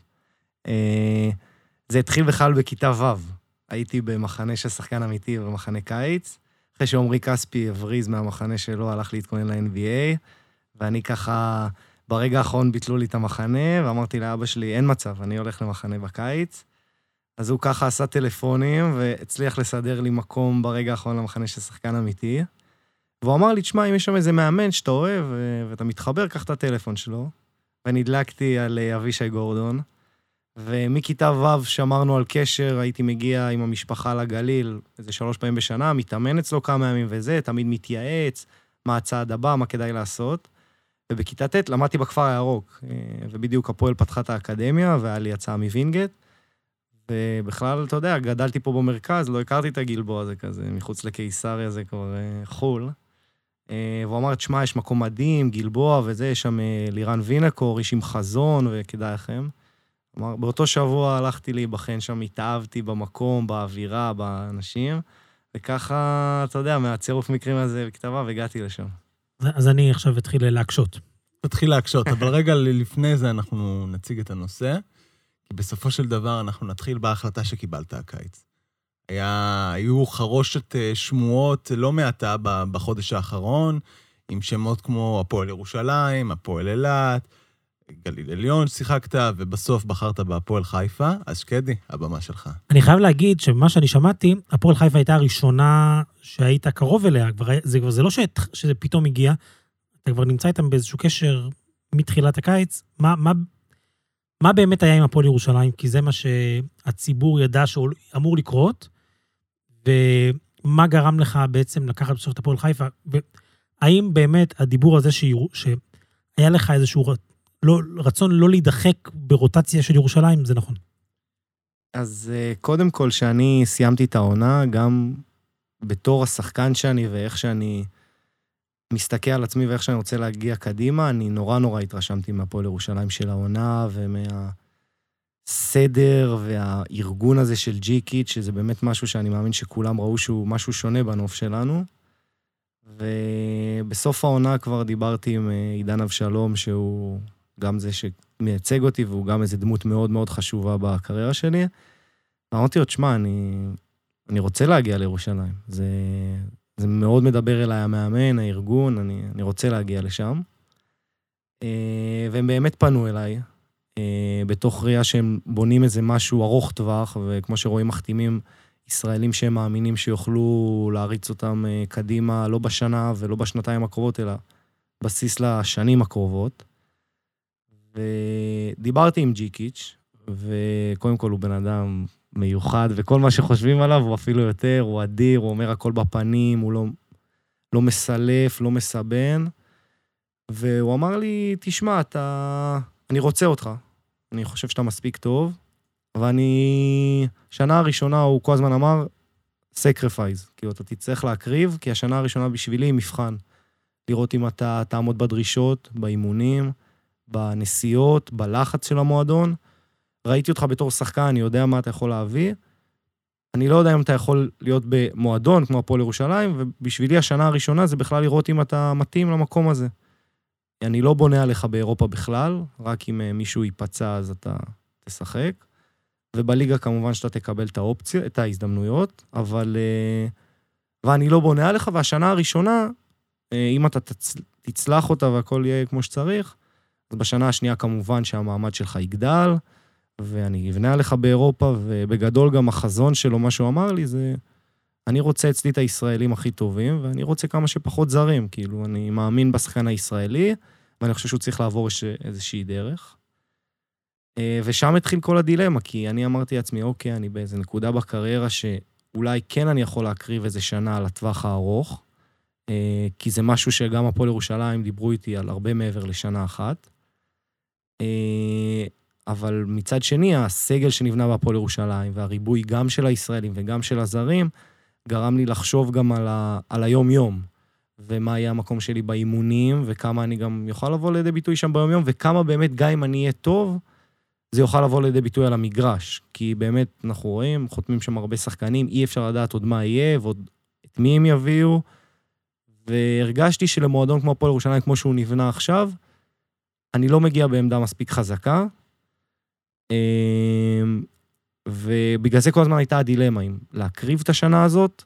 זה התחיל בכלל בכיתה ו'. הייתי במחנה של שחקן אמיתי במחנה קיץ, אחרי שעומרי כספי הבריז מהמחנה שלו, הלך להתכונן ל-NBA, ואני ככה, ברגע האחרון ביטלו לי את המחנה, ואמרתי לאבא שלי, אין מצב, אני הולך למחנה בקיץ. אז הוא ככה עשה טלפונים, והצליח לסדר לי מקום ברגע האחרון למחנה של שחקן אמיתי. והוא אמר לי, תשמע, אם יש שם איזה מאמן שאתה אוהב, ואתה מתחבר, קח את הטלפון שלו. ונדלקתי על אבישי גורדון. ומכיתה ו' שמרנו על קשר, הייתי מגיע עם המשפחה לגליל, איזה 3 פעמים בשנה, מתאמן אצלו כמה ימים וזה, תמיד מתייעץ, מה הצעד הבא, מה כדאי לעשות. ובכיתה ט' למדתי בכפר הירוק, ובדיוק הפועל פתחה את האקדמיה, והיה לי הצעה מווינגט. ובכלל, אתה יודע, גדלתי פה במרכז, לא הכרתי את הגלבוע הזה כזה, מחוץ לקיסריה זה כבר חול. והוא אמר, תשמע, יש מקום מדהים, גלבוע וזה, יש שם לירן וינקור, איש עם חזון, וכדאי לכם. אמר, באותו שבוע הלכתי להיבחן שם, התאהבתי במקום, באווירה, באנשים, וככה, אתה יודע, מהצירוף מקרים הזה בכתב ו' הגעתי לשם. אז אני עכשיו אתחיל להקשות. תתחיל להקשות, אבל רגע לפני זה אנחנו נציג את הנושא, כי בסופו של דבר אנחנו נתחיל בהחלטה שקיבלת הקיץ. היו חרושת שמועות לא מעטה בחודש האחרון, עם שמות כמו הפועל ירושלים, הפועל אילת, גליל עליון ששיחקת, ובסוף בחרת בהפועל חיפה, אז שקדי, הבמה שלך. אני חייב להגיד שמה שאני שמעתי, הפועל חיפה הייתה הראשונה שהיית קרוב אליה, זה לא שזה פתאום הגיע, אתה כבר נמצא איתם באיזשהו קשר מתחילת הקיץ, מה באמת היה עם הפועל ירושלים? כי זה מה שהציבור ידע שאמור לקרות, ומה גרם לך בעצם לקחת בסוף את הפועל חיפה, והאם באמת הדיבור הזה שהיה לך איזשהו רצון לא להידחק ברוטציה של ירושלים, זה נכון? אז קודם כל שאני סיימתי את העונה, גם בתור השחקן שאני ואיך שאני מסתכל על עצמי ואיך שאני רוצה להגיע קדימה, אני נורא התרשמתי מהפועל ירושלים של העונה ומהסדר והארגון הזה של ג'יקיץ', שזה באמת משהו שאני מאמין שכולם ראו שהוא משהו שונה בנוף שלנו. ובסוף העונה כבר דיברתי עם עידן אבשלום, שהוא גם זה שמייצג אותי, והוא גם איזו דמות מאוד מאוד חשובה בקריירה שלי. ואמרתי לו, תשמע, אני רוצה להגיע לירושלים. זה מאוד מדבר אליי המאמן, הארגון, אני רוצה להגיע לשם. והם באמת פנו אליי, בתוך ראייה שהם בונים איזה משהו ארוך טווח, וכמו שרואים מחתימים ישראלים שהם מאמינים שיוכלו להריץ אותם קדימה, לא בשנה ולא בשנתיים הקרובות, אלא בסיס לשנים הקרובות. ודיברתי עם ג'יקיץ', וקודם כל הוא בן אדם מיוחד, וכל מה שחושבים עליו הוא אפילו יותר, הוא אדיר, הוא אומר הכל בפנים, הוא לא מסלף, לא מסבן, והוא אמר לי, תשמע, אני רוצה אותך, אני חושב שאתה מספיק טוב, ואני, שנה הראשונה הוא כל הזמן אמר, sacrifice, כאילו אתה תצטרך להקריב, כי השנה הראשונה בשבילי היא מבחן, לראות אם אתה תעמוד בדרישות, באימונים, בנסיעות, בלחץ של המועדון, ראיתי אותך בתור שחקן, אני יודע מה אתה יכול להביא, אני לא יודע אם אתה יכול להיות במועדון כמו הפועל ירושלים, ובשבילי השנה הראשונה זה בכלל לראות אם אתה מתאים למקום הזה. אני לא בונה עליך באירופה בכלל, רק אם מישהו ייפצע אז אתה תשחק, ובליגה כמובן שאתה תקבל את האופציה, את ההזדמנויות, אבל, ואני לא בונה עליך, והשנה הראשונה, אם אתה תצלח אותה והכל יהיה כמו שצריך, אז בשנה השנייה כמובן שהמעמד שלך יגדל, ואני אבנה עליך באירופה, ובגדול גם החזון שלו, מה שהוא אמר לי, זה, אני רוצה אצלי את הישראלים הכי טובים, ואני רוצה כמה שפחות זרים, כאילו, אני מאמין בשחקן הישראלי, ואני חושב שהוא צריך לעבור איזושהי דרך. ושם התחיל כל הדילמה, כי אני אמרתי לעצמי, אוקיי, אני באיזו נקודה בקריירה, שאולי כן אני יכול להקריב איזה שנה על הטווח הארוך, כי זה משהו שגם הפועל ירושלים דיברו איתי על הרבה מעבר לשנה אחת. אבל מצד שני, הסגל שנבנה בהפועל ירושלים, והריבוי גם של הישראלים וגם של הזרים, גרם לי לחשוב גם על היום-יום, ומה יהיה המקום שלי באימונים, וכמה אני גם יוכל לבוא לידי ביטוי שם ביום-יום, וכמה באמת, גם אם אני אהיה טוב, זה יוכל לבוא לידי ביטוי על המגרש, כי באמת אנחנו רואים, חותמים שם הרבה שחקנים, אי אפשר לדעת עוד מה יהיה, ועוד את מי הם יביאו, והרגשתי שלמועדון כמו הפועל ירושלים, כמו שהוא נבנה עכשיו, אני לא מגיע בעמדה מספיק חזקה, ובגלל זה כל הזמן הייתה הדילמה, אם להקריב את השנה הזאת,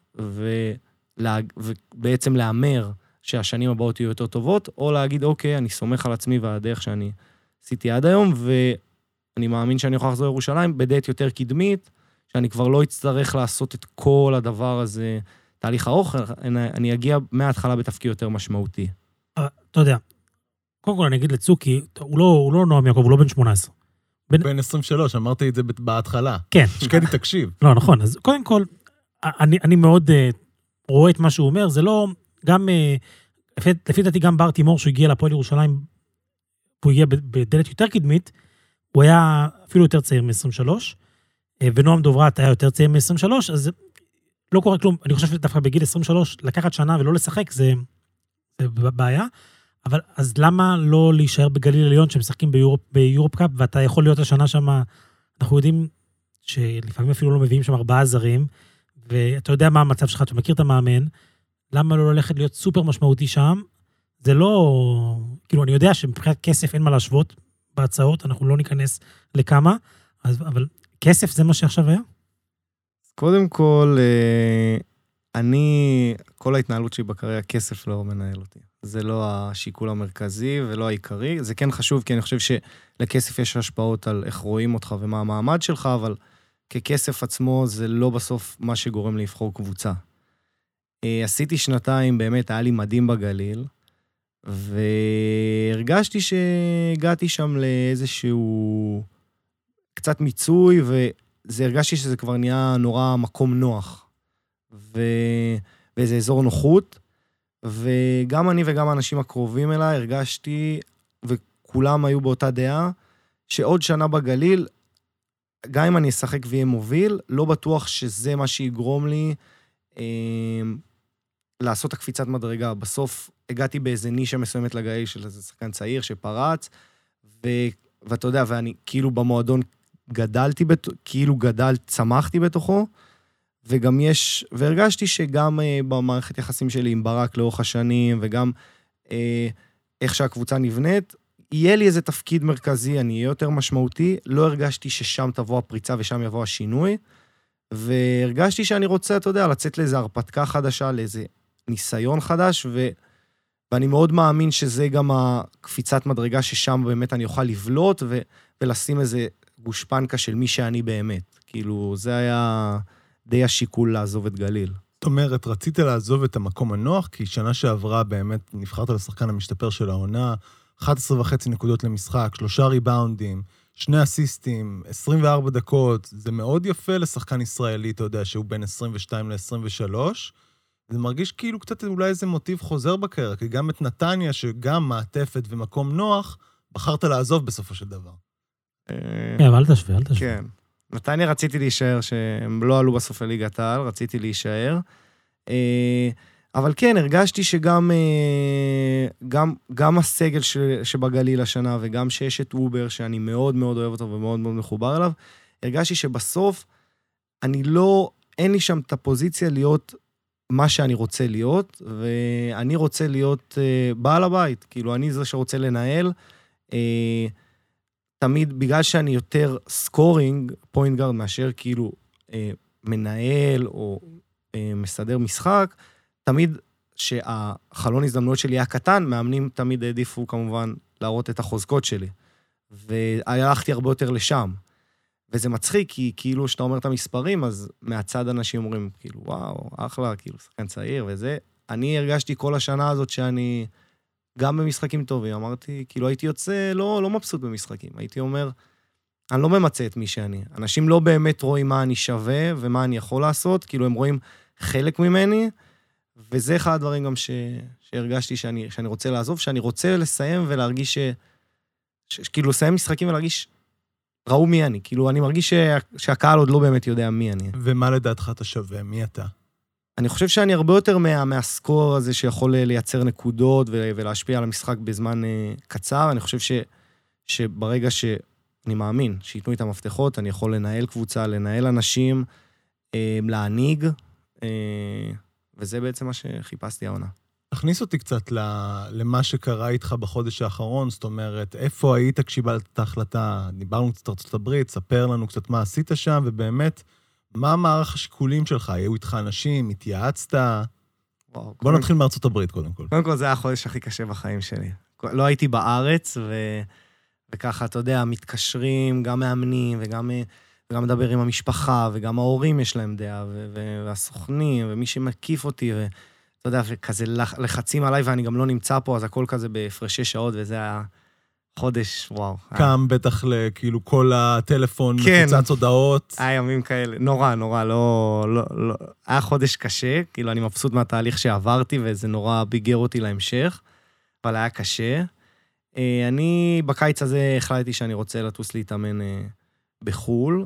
ובעצם לאמר שהשנים הבאות יהיו יותר טובות, או להגיד, אוקיי, אני סומך על עצמי והדרך שאני עשיתי עד היום, ואני מאמין שאני אוכל לחזור לירושלים בדעת יותר קדמית, שאני כבר לא אצטרך לעשות את כל הדבר הזה, תהליך ארוך, אני אגיע מההתחלה בתפקיד יותר משמעותי. אתה יודע, קודם כל אני אגיד לצוקי, הוא לא נועם יעקב, הוא לא בן 18. בן 23, אמרתי את זה בהתחלה. כן. שקדי תקשיב. לא, נכון. אז קודם כל, אני מאוד רואה את מה שהוא אומר, זה לא, גם, לפי דעתי גם בר תימור, שהוא הגיע לפועל ירושלים, הוא הגיע בדלת יותר קדמית, הוא היה אפילו יותר צעיר מ-23, ונועם דוברת היה יותר צעיר מ-23, אז לא קורה כלום. אני חושב שדווקא בגיל 23, לקחת שנה ולא לשחק, זה בעיה. אבל אז למה לא להישאר בגליל עליון שמשחקים ביורופ קאפ, ואתה יכול להיות השנה שם, אנחנו יודעים שלפעמים אפילו לא מביאים שם 4 זרים, ואתה יודע מה המצב שלך, אתה מכיר את המאמן, למה לא ללכת להיות סופר משמעותי שם? זה לא, כאילו אני יודע שמבחינת כסף אין מה להשוות בהצעות, אנחנו לא ניכנס לכמה, אבל כסף זה מה שעכשיו היה? קודם כל, כל ההתנהלות שלי בקריירה, כסף לא מנהל אותי. זה לא השיקול המרכזי ולא העיקרי. זה כן חשוב, כי אני חושב שלכסף יש השפעות על איך רואים אותך ומה המעמד שלך, אבל ככסף עצמו זה לא בסוף מה שגורם לי לבחור קבוצה. עשיתי 2 באמת, היה לי מדהים בגליל, והרגשתי שהגעתי שם לאיזשהו קצת מיצוי, הרגשתי שזה כבר נהיה נורא מקום נוח, ואיזה אזור נוחות, וגם אני וגם האנשים הקרובים אליי הרגשתי, וכולם היו באותה דעה, שעוד שנה בגליל, גם אם אני אשחק ויהיה מוביל, לא בטוח שזה מה שיגרום לי לעשות הקפיצת מדרגה. בסוף הגעתי באיזה נישה מסוימת לגליל של איזה שחקן צעיר שפרץ, ואתה יודע, ואני כאילו במועדון גדלתי, צמחתי בתוכו, וגם והרגשתי שגם במערכת יחסים שלי עם ברק לאורך השנים, וגם איך שהקבוצה נבנית, יהיה לי איזה תפקיד מרכזי, אני אהיה יותר משמעותי, לא הרגשתי ששם תבוא הפריצה ושם יבוא השינוי, והרגשתי שאני רוצה, אתה יודע, לצאת לאיזו הרפתקה חדשה, לאיזה ניסיון חדש, ואני מאוד מאמין שזה גם הקפיצת מדרגה ששם באמת אני אוכל לבלוט, ולשים איזה גושפנקה של מי שאני באמת. כאילו, זה היה די השיקול לעזוב את גליל. זאת אומרת, רצית לעזוב את המקום הנוח, כי שנה שעברה באמת נבחרת לשחקן המשתפר של העונה, 11.5 נקודות למשחק, 3 ריבאונדים, 2 אסיסטים, 24 דקות, זה מאוד יפה לשחקן ישראלי, אתה יודע, שהוא בין 22 ל-23, זה מרגיש כאילו קצת אולי איזה מוטיב חוזר בקריירה, כי גם את נתניה, שגם מעטפת ומקום נוח, בחרת לעזוב בסופו של דבר. כן, אל תשווה. כן. נתניה רציתי להישאר, שהם לא עלו בסוף לליגת העל, רציתי להישאר. אבל כן, הרגשתי שגם גם הסגל שבגליל השנה, וגם שיש את אובר, שאני מאוד מאוד אוהב אותו ומאוד מאוד מחובר אליו, הרגשתי שבסוף אין לי שם את הפוזיציה להיות מה שאני רוצה להיות, ואני רוצה להיות בעל הבית, כאילו אני זה שרוצה לנהל, תמיד בגלל שאני יותר סקורינג, פוינט גארד, מאשר כאילו מנהל או מסדר משחק, תמיד שהחלון הזדמנויות שלי היה קטן, מאמנים תמיד העדיפו כמובן להראות את החוזקות שלי. והלכתי הרבה יותר לשם. וזה מצחיק, כי כאילו שאתה אומר את המספרים, אז מהצד אנשים אומרים, כאילו, וואו, אחלה, כאילו, שחקן צעיר וזה. אני הרגשתי כל השנה הזאת שאני, גם במשחקים טובים, אמרתי, כאילו הייתי יוצא לא מבסוט במשחקים. הייתי אומר, אני לא ממצא את מי שאני. אנשים לא באמת רואים מה אני שווה ומה אני יכול לעשות, כאילו הם רואים חלק ממני, וזה אחד הדברים גם שהרגשתי שאני רוצה לעזוב, שאני רוצה לסיים ולהרגיש כאילו לסיים משחקים ולהרגיש ראו מי אני. כאילו, אני מרגיש שהקהל עוד לא באמת יודע מי אני. ומה לדעתך אתה שווה? מי אתה? אני חושב שאני הרבה יותר מהסקור הזה שיכול לייצר נקודות ולהשפיע על המשחק בזמן קצר. אני חושב שברגע שאני מאמין שיתנו את המפתחות, אני יכול לנהל קבוצה, לנהל אנשים, להנהיג, וזה בעצם מה שחיפשתי העונה. תכניס אותי קצת למה שקרה איתך בחודש האחרון, זאת אומרת, איפה היית כשקיבלת את ההחלטה? דיברנו קצת ארצות הברית, ספר לנו קצת מה עשית שם, ובאמת, מה מערך השיקולים שלך? היו איתך אנשים, התייעצת? בוא נתחיל מארצות הברית קודם כל. קודם כל, זה היה החודש הכי קשה בחיים שלי. לא הייתי בארץ, וככה, אתה יודע, מתקשרים, גם מאמנים, וגם מדבר עם המשפחה, וגם ההורים יש להם דעה, והסוכנים, ומי שמקיף אותי, אתה יודע, וכזה לחצים עליי, ואני גם לא נמצא פה, אז הכל כזה בהפרשי שעות, וזה היה חודש, וואו. קם בטח כאילו כל הטלפון, מפוצץ הודעות. היה ימים כאלה, נורא, לא, היה חודש קשה, כאילו אני מבסוט מהתהליך שעברתי, וזה נורא ביגר אותי להמשך, אבל היה קשה. אני בקיץ הזה החלטתי שאני רוצה לטוס להתאמן בחול,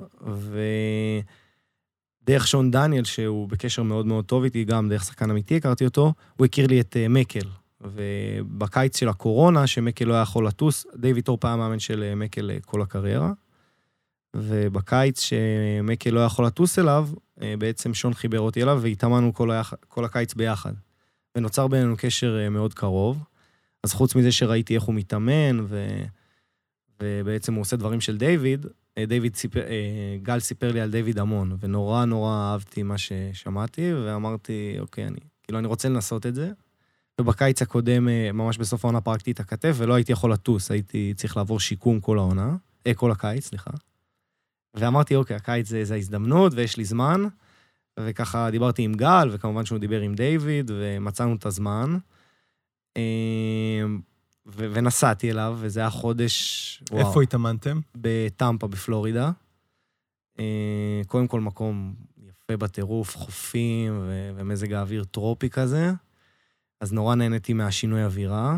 דרך שון דניאל, שהוא בקשר מאוד מאוד טוב איתי, גם דרך שחקן אמיתי, הכרתי אותו, הוא הכיר לי את מקל, ובקיץ של הקורונה, שמקל לא היה יכול לטוס, דיוויד טורפ היה מאמן של מקל כל הקריירה, ובקיץ שמקל לא יכול לטוס אליו, בעצם שון חיבר אותי אליו, והתאמנו כל הקיץ ביחד, ונוצר בינינו קשר מאוד קרוב, אז חוץ מזה שראיתי איך הוא מתאמן, ובעצם הוא עושה דברים של דיוויד, גל סיפר לי על דיוויד המון, ונורא נורא אהבתי מה ששמעתי, ואמרתי, אוקיי, אני רוצה לנסות את זה, ובקיץ הקודם, ממש בסוף העונה פרקתי את הכתף, ולא הייתי יכול לטוס, הייתי צריך לעבור שיקום כל הקיץ, סליחה. ואמרתי, אוקיי, הקיץ זה ההזדמנות, ויש לי זמן, וככה דיברתי עם גל, וכמובן שהוא דיבר עם דיוויד, ומצאנו את הזמן, ונסעתי אליו, וזה היה חודש... איפה התאמנתם? בטמפה, בפלורידה. קודם כל מקום יפה בטירוף, חופים, ומזג האוויר טרופי כזה. אז נורא נהניתי מהשינוי אווירה.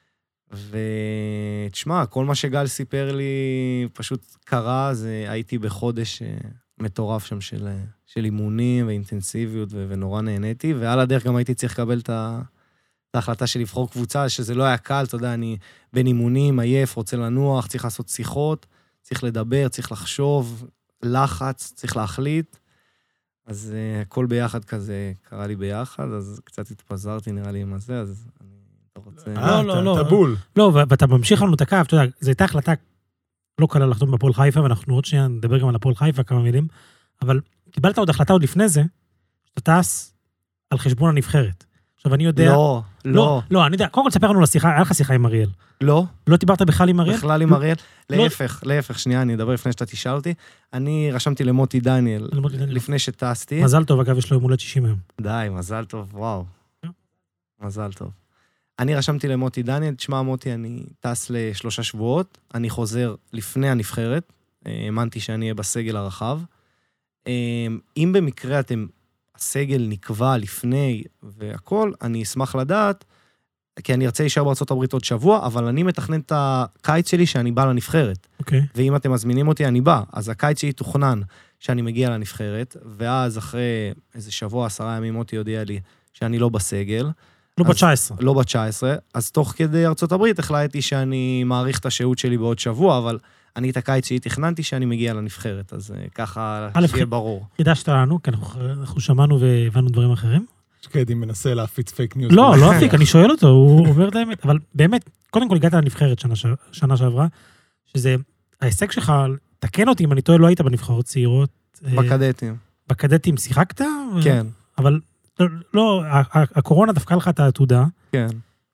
ותשמע, כל מה שגל סיפר לי פשוט קרה, הייתי בחודש מטורף שם של אימונים ואינטנסיביות, ונורא נהניתי, ועל הדרך גם הייתי צריך לקבל את ההחלטה של לבחור קבוצה, שזה לא היה קל, אתה יודע, אני בין אימונים, עייף, רוצה לנוח, צריך לעשות שיחות, צריך לדבר, צריך לחשוב, לחץ, צריך להחליט. אז הכל ביחד כזה קרה לי ביחד, אז קצת התפזרתי נראה לי עם הזה, אז אתה רוצה... לא. אתה בול. לא, ואתה ממשיך לנו את הקו, אתה יודע, זו הייתה החלטה לא קלה לחתום בפועל חיפה, ואנחנו עוד שנייה נדבר גם על הפועל חיפה כמה מילים, אבל קיבלת עוד החלטה עוד לפני זה, שאתה טס על חשבון הנבחרת. עכשיו, אני יודע... לא, אני יודע, קודם כל תספר לנו לשיחה, היה לך שיחה עם אריאל. לא. לא דיברת בכלל עם אריאל? בכלל עם אריאל. להפך, שנייה, אני אדבר לפני שאתה תשאל אותי. אני רשמתי למוטי דניאל, לפני שטסתי. מזל טוב, אגב, יש לו יום הולדת 60 היום. די, מזל טוב, וואו. מזל טוב. אני רשמתי למוטי דניאל, תשמע מוטי, אני טס ל3 שבועות, אני חוזר לפני הנבחרת, האמנתי שאני אהיה בסגל הרחב. אם במקרה הסגל נקבע לפני והכל, אני אשמח לדעת, כי אני ארצה להישאר בארצות הברית עוד שבוע, אבל אני מתכנן את הקיץ שלי שאני בא לנבחרת. ואם אתם מזמינים אותי, אני בא. אז הקיץ שלי תוכנן שאני מגיע לנבחרת, ואז אחרי איזה שבוע, 10 ימים, מוטי יודיע לי שאני לא בסגל. לא ב-19. לא ב-19. אז תוך כדי ארצות הברית החלטתי שאני מעריך את השהות שלי בעוד שבוע, אבל אני את הקיץ שלי תכננתי שאני מגיע לנבחרת, אז ככה שיהיה ברור. חידשת לנו, כי אנחנו שמענו והבנו דברים אחרים. שקדי מנסה להפיץ פייק ניוז. לא אפיק, אני שואל אותו, הוא אומר את האמת, אבל באמת, קודם כל הגעת לנבחרת שנה שעברה, שזה ההישג שלך, תקן אותי אם אני טועה, לא היית בנבחרות צעירות. בקדטים. בקדטים שיחקת? כן. אבל לא, הקורונה דפקה לך את העתודה. כן.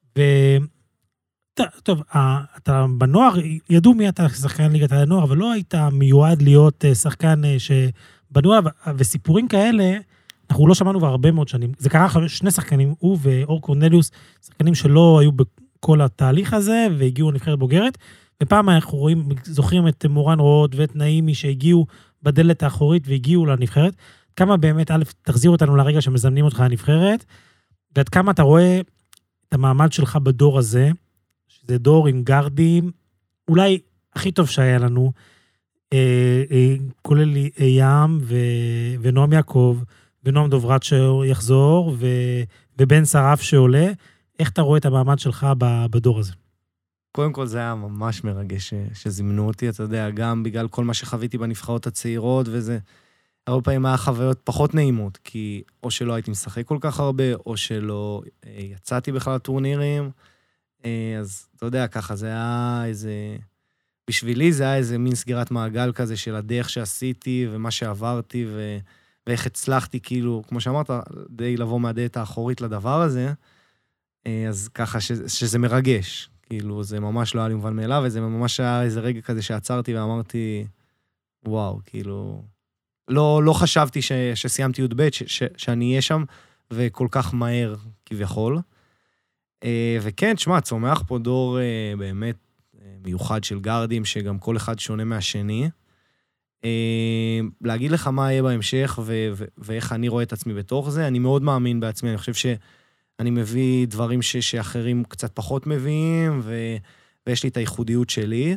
טוב, אתה בנוער, ידעו מי אתה שחקן ליגת הנוער, אבל לא היית מיועד להיות שחקן שבנוער, וסיפורים כאלה, אנחנו לא שמענו בהרבה מאוד שנים. זה קרה 2 שחקנים, הוא ואור קורנליוס, שחקנים שלא היו בכל התהליך הזה, והגיעו לנבחרת בוגרת, ופעם אנחנו זוכרים את מורן רוט ואת נעימי שהגיעו בדלת האחורית והגיעו לנבחרת. כמה באמת, א', תחזיר אותנו לרגע שמזמנים אותך לנבחרת, ועד כמה אתה רואה את המעמד שלך בדור הזה, שזה דור עם גרדים, אולי הכי טוב שהיה לנו, כולל ים ונועם יעקב, ונועם דוברת שיחזור, ובן שרף שעולה. איך אתה רואה את המעמד שלך בדור הזה? קודם כל זה היה ממש מרגש שזימנו אותי, אתה יודע, גם בגלל כל מה שחוויתי בנבחרות הצעירות, וזה הרבה פעמים היה חוויות פחות נעימות, כי או שלא הייתי משחק כל כך הרבה, או שלא יצאתי בכלל לטורנירים, אז אתה יודע, ככה זה היה איזה... בשבילי זה היה איזה מין סגירת מעגל כזה של הדרך שעשיתי, ומה שעברתי, ואיך הצלחתי, כאילו, כמו שאמרת, די לבוא מהדלת האחורית לדבר הזה, אז ככה שזה מרגש. כאילו, זה ממש לא היה לי מובן מאליו, וזה ממש היה איזה רגע כזה שעצרתי ואמרתי, וואו, כאילו, לא חשבתי שסיימתי י"ב, שאני אהיה שם, וכל כך מהר כביכול. וכן, תשמע, צומח פה דור באמת מיוחד של גארדים, שגם כל אחד שונה מהשני. להגיד לך מה יהיה בהמשך, ואיך אני רואה את עצמי בתוך זה, אני מאוד מאמין בעצמי, אני חושב שאני מביא דברים שאחרים קצת פחות מביאים, ויש לי את הייחודיות שלי.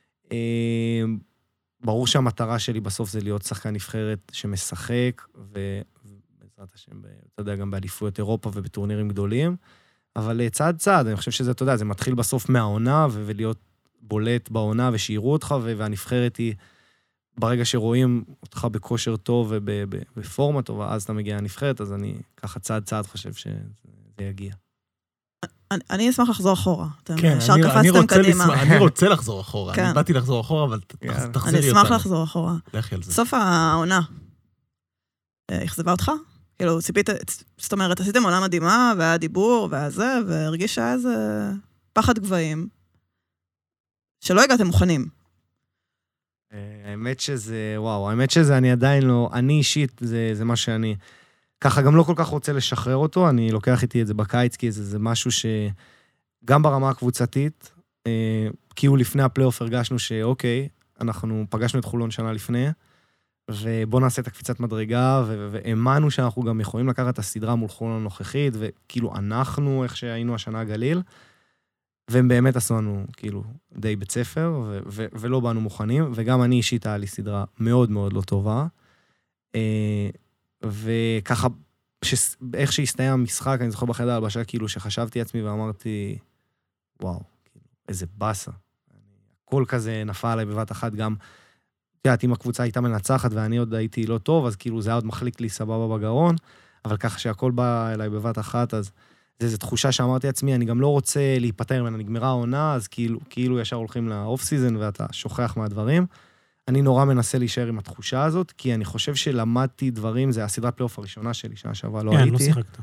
ברור שהמטרה שלי בסוף זה להיות שחקן נבחרת שמשחק, ובעזרת השם, אתה יודע, גם באליפויות אירופה ובטורנירים גדולים, אבל צעד צעד, אני חושב שזה, אתה יודע, זה מתחיל בסוף מהעונה, ולהיות בולט בעונה, ושיראו אותך, והנבחרת היא, ברגע שרואים אותך בכושר טוב ובפורמה טובה, אז אתה מגיע לנבחרת, אז אני ככה צעד צעד חושב שזה יגיע. אני אשמח לחזור אחורה. כן, אני רוצה לחזור אחורה. אני באתי לחזור אחורה, אבל תחזירי אותנו. אני אשמח לחזור אחורה. לכי על זה. סוף העונה, אכזבה אותך? כאילו, ציפית, זאת אומרת, עשיתם עונה מדהימה, והיה דיבור, והיה זה, והרגישה איזה פחד גבהים, שלא הגעתם מוכנים. האמת שזה, וואו, האמת שזה אני עדיין לא, אני אישית, זה מה שאני, ככה גם לא כל כך רוצה לשחרר אותו, אני לוקח איתי את זה בקיץ, כי זה משהו שגם ברמה הקבוצתית, כי הוא לפני הפלייאוף הרגשנו שאוקיי, אנחנו פגשנו את חולון שנה לפני, ובוא נעשה את הקפיצת מדרגה, והאמנו שאנחנו גם יכולים לקחת את הסדרה מול חולון הנוכחית, וכאילו אנחנו, איך שהיינו השנה גליל, והם באמת עשו לנו, כאילו, די בית ספר, ולא באנו מוכנים, וגם אני אישית היה לי סדרה מאוד מאוד לא טובה, וככה, איך שהסתיים המשחק, אני זוכר בחדר הלבשה, כאילו, שחשבתי עצמי ואמרתי, וואו, איזה בסה. הכל כזה נפל עליי בבת אחת, גם, תראה, אם הקבוצה הייתה מנצחת, ואני עוד הייתי לא טוב, אז כאילו, זה היה עוד מחליק לי סבבה בגרון, אבל ככה שהכל בא אליי בבת אחת, אז זה איזו תחושה שאמרתי לעצמי, אני גם לא רוצה להיפטר ממנה, נגמרה העונה, אז כאילו ישר הולכים לאוף סיזן, ואתה שוכח מהדברים. אני נורא מנסה להישאר עם התחושה הזאת, כי אני חושב שלמדתי דברים, זה הסדרת פלייאוף הראשונה שלי, שנה שעברה לא הייתי. כן, לא שיחקת.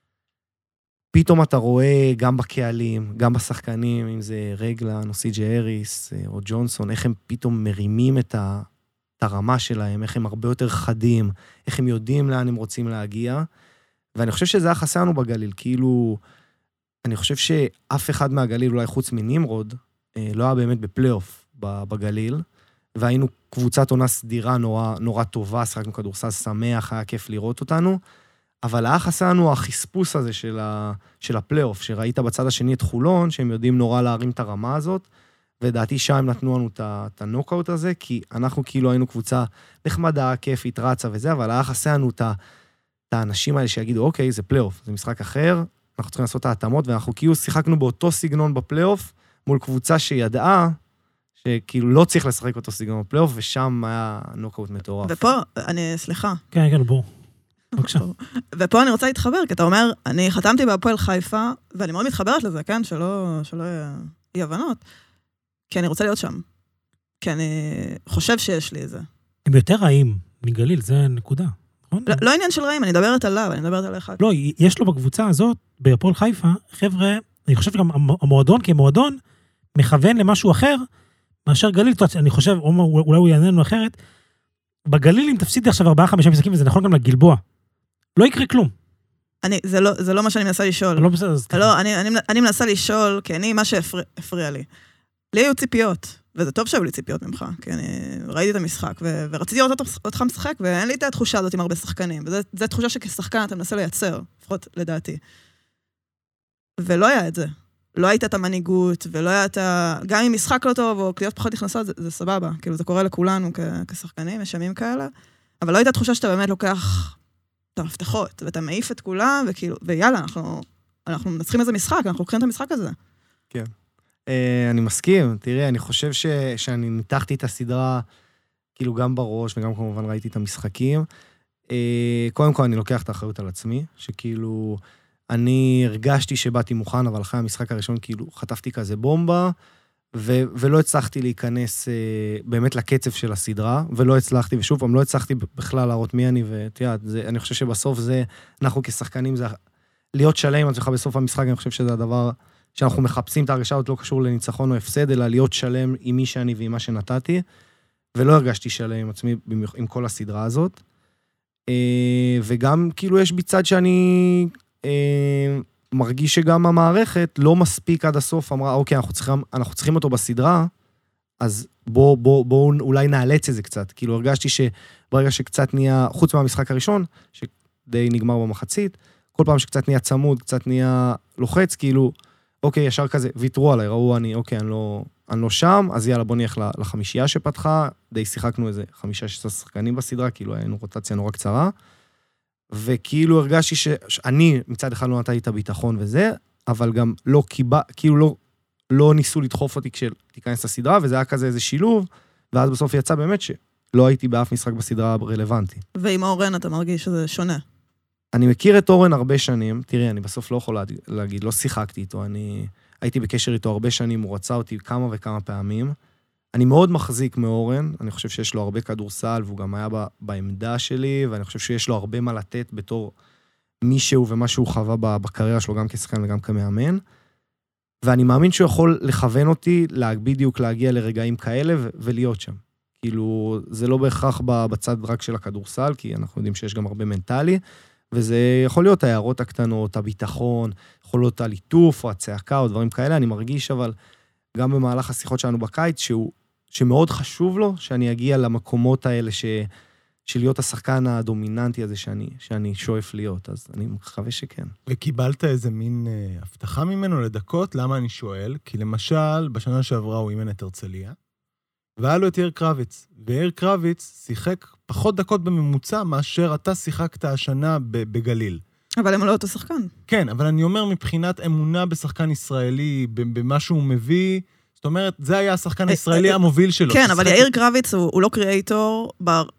פתאום אתה רואה גם בקהלים, גם בשחקנים, אם זה רגלן, או סי.ג'י אריס, או ג'ונסון, איך הם פתאום מרימים את הרמה שלהם, איך הם הרבה יותר חדים, איך הם יודעים לאן הם רוצים להגיע, ואני חושב שזה היה חסר לנו בגליל, כאילו, אני חושב שאף אחד מהגליל, אולי חוץ מנמרוד, לא היה באמת בפלייאוף בגליל, והיינו קבוצת עונה סדירה נורא טובה, שחקנו כדורסל שמח, היה כיף לראות אותנו, אבל היה חסר לנו החספוס הזה של הפלייאוף, שראית בצד השני את חולון, שהם יודעים נורא להרים את הרמה הזאת, ודעתי שם נתנו לנו את הנוקאוט הזה, כי אנחנו כאילו היינו קבוצה נחמדה, כיפית, רצה וזה, אבל היה חסר לנו את האנשים האלה שיגידו, אוקיי, זה פלייאוף, זה משחק אחר, אנחנו צריכים לעשות את ההתאמות, ואנחנו כאילו שיחקנו באותו סגנון בפלייאוף, מול קבוצה שידעה, שכאילו לא צריך לשחק אותו סגנון בפלייאוף, ושם היה נוקאוט מטורף. ופה, סליחה. כן, כן, בוא. בבקשה. ופה אני רוצה להתחבר, כי אתה אומר, אני חתמתי בהפועל חיפה, ואני מאוד מתחברת לזה, כן? שלא יהיה הבנות. כי אני רוצה להיות שם. כי אני חושב שיש לי את זה. הם יותר רעים מגליל, זה נקודה. לא עניין של רעים, אני מדברת עליו, אני מדברת עליך. לא, יש לו בקבוצה הזאת, בהפועל חיפה, חבר'ה, אני חושב שגם המועדון, כמועדון, מכוון למשהו אחר, מאשר גליל, אני חושב, אולי הוא יענה לנו אחרת, בגליל, אם תפסידי עכשיו 4-5 משחקים, וזה נכון גם לגלבוע, לא יקרה כלום. זה לא מה שאני מנסה לשאול. לא בסדר. לא, אני מנסה לשאול, כי אני, מה שהפריע לי. לי היו ציפיות, וזה טוב שהיו לי ציפיות ממך, כי אני ראיתי את המשחק, ורציתי לראות אותך משחק, ואין לי את התחושה הזאת עם הרבה שחקנים, וזו תחושה שכשחקן אתה מנסה לייצר, לפחות לדעתי. ולא היה את זה. לא הייתה את המנהיגות, ולא הייתה, גם אם משחק לא טוב, או קליעות פחות נכנסות, זה סבבה. כאילו, זה קורה לכולנו כשחקנים, יש ימים כאלה, אבל לא הייתה תחושה שאתה באמת לוקח את המפתחות, ואתה מעיף את כולם, וכאילו, ויאללה, אנחנו מנצחים איזה משחק, אנחנו לוקחים את המשחק הזה. כן. אני מסכים, תראי, אני חושב שאני ניתחתי את הסדרה, כאילו גם בראש, וגם כמובן ראיתי את המשחקים. קודם כל אני לוקח את האחריות על עצמי, שכאילו, אני הרגשתי שבאתי מוכן, אבל אחרי המשחק הראשון, כאילו, חטפתי כזה בומבה, ולא הצלחתי להיכנס באמת לקצב של הסדרה, ולא הצלחתי, ושוב פעם, לא הצלחתי בכלל להראות מי אני, ותראה, אני חושב שבסוף זה, אנחנו כשחקנים, זה להיות שלם עם עצמך בסוף המשחק, אני חושב שזה הדבר שאנחנו מחפשים את ההרגשה, עוד לא קשור לניצחון או הפסד, אלא להיות שלם עם מי שאני ועם מה שנתתי, ולא הרגשתי שלם עם עצמי עם כל הסדרה הזאת. וגם כאילו יש בי צד שאני מרגיש שגם המערכת לא מספיק עד הסוף, אמרה, אוקיי, אנחנו צריכים אותו בסדרה, אז בואו אולי נאלץ את זה קצת. כאילו הרגשתי שברגע שקצת נהיה, חוץ מהמשחק הראשון, שדי נגמר במחצית, כל פעם שקצת נהיה צמוד, קצת נהיה לוחץ, כאילו, אוקיי, ישר כזה, ויתרו עליי, ראו אוקיי, אני לא שם, אז יאללה, בוא נלך לחמישייה שפתחה, די שיחקנו איזה 5-6 שחקנים בסדרה, כאילו היינו רוטציה נורא קצרה, וכאילו הרגשתי שאני מצד אחד לא נתתי את הביטחון וזה, אבל גם לא כאילו לא ניסו לדחוף אותי כשתיכנס לסדרה, וזה היה כזה איזה שילוב, ואז בסוף יצא באמת שלא הייתי באף משחק בסדרה רלוונטי. ועם אורן אתה מרגיש שזה שונה. אני מכיר את אורן הרבה שנים, תראי, אני בסוף לא יכול להגיד, לא שיחקתי איתו, אני הייתי בקשר איתו הרבה שנים, הוא רצה אותי כמה וכמה פעמים. אני מאוד מחזיק מאורן, אני חושב שיש לו הרבה כדורסל, והוא גם היה בעמדה שלי, ואני חושב שיש לו הרבה מה לתת בתור מישהו ומה שהוא חווה בקריירה שלו, גם כשחקן וגם כמאמן. ואני מאמין שהוא יכול לכוון אותי, בדיוק להגיע לרגעים כאלה ולהיות שם. כאילו, זה לא בהכרח בצד רק של הכדורסל, כי אנחנו יודעים שיש גם הרבה מנטלי, וזה יכול להיות ההערות הקטנות, הביטחון, יכול להיות הליטוף או הצעקה או דברים כאלה. אני מרגיש אבל גם במהלך השיחות שלנו בקיץ, שמאוד חשוב לו שאני אגיע למקומות האלה של להיות השחקן הדומיננטי הזה שאני שואף להיות, אז אני מקווה שכן. וקיבלת איזה מין הבטחה ממנו לדקות? למה אני שואל? כי למשל, בשנה שעברה הוא אימן את הרצליה, והיה לו את יאיר קרביץ, ויאיר קרביץ שיחק פחות דקות בממוצע מאשר אתה שיחקת השנה בגליל. אבל הם לא אותו שחקן. כן, אבל אני אומר מבחינת אמונה בשחקן ישראלי, במה שהוא מביא, זאת אומרת, זה היה השחקן הישראלי המוביל שלו. כן, אבל יאיר קרביץ הוא לא קריאייטור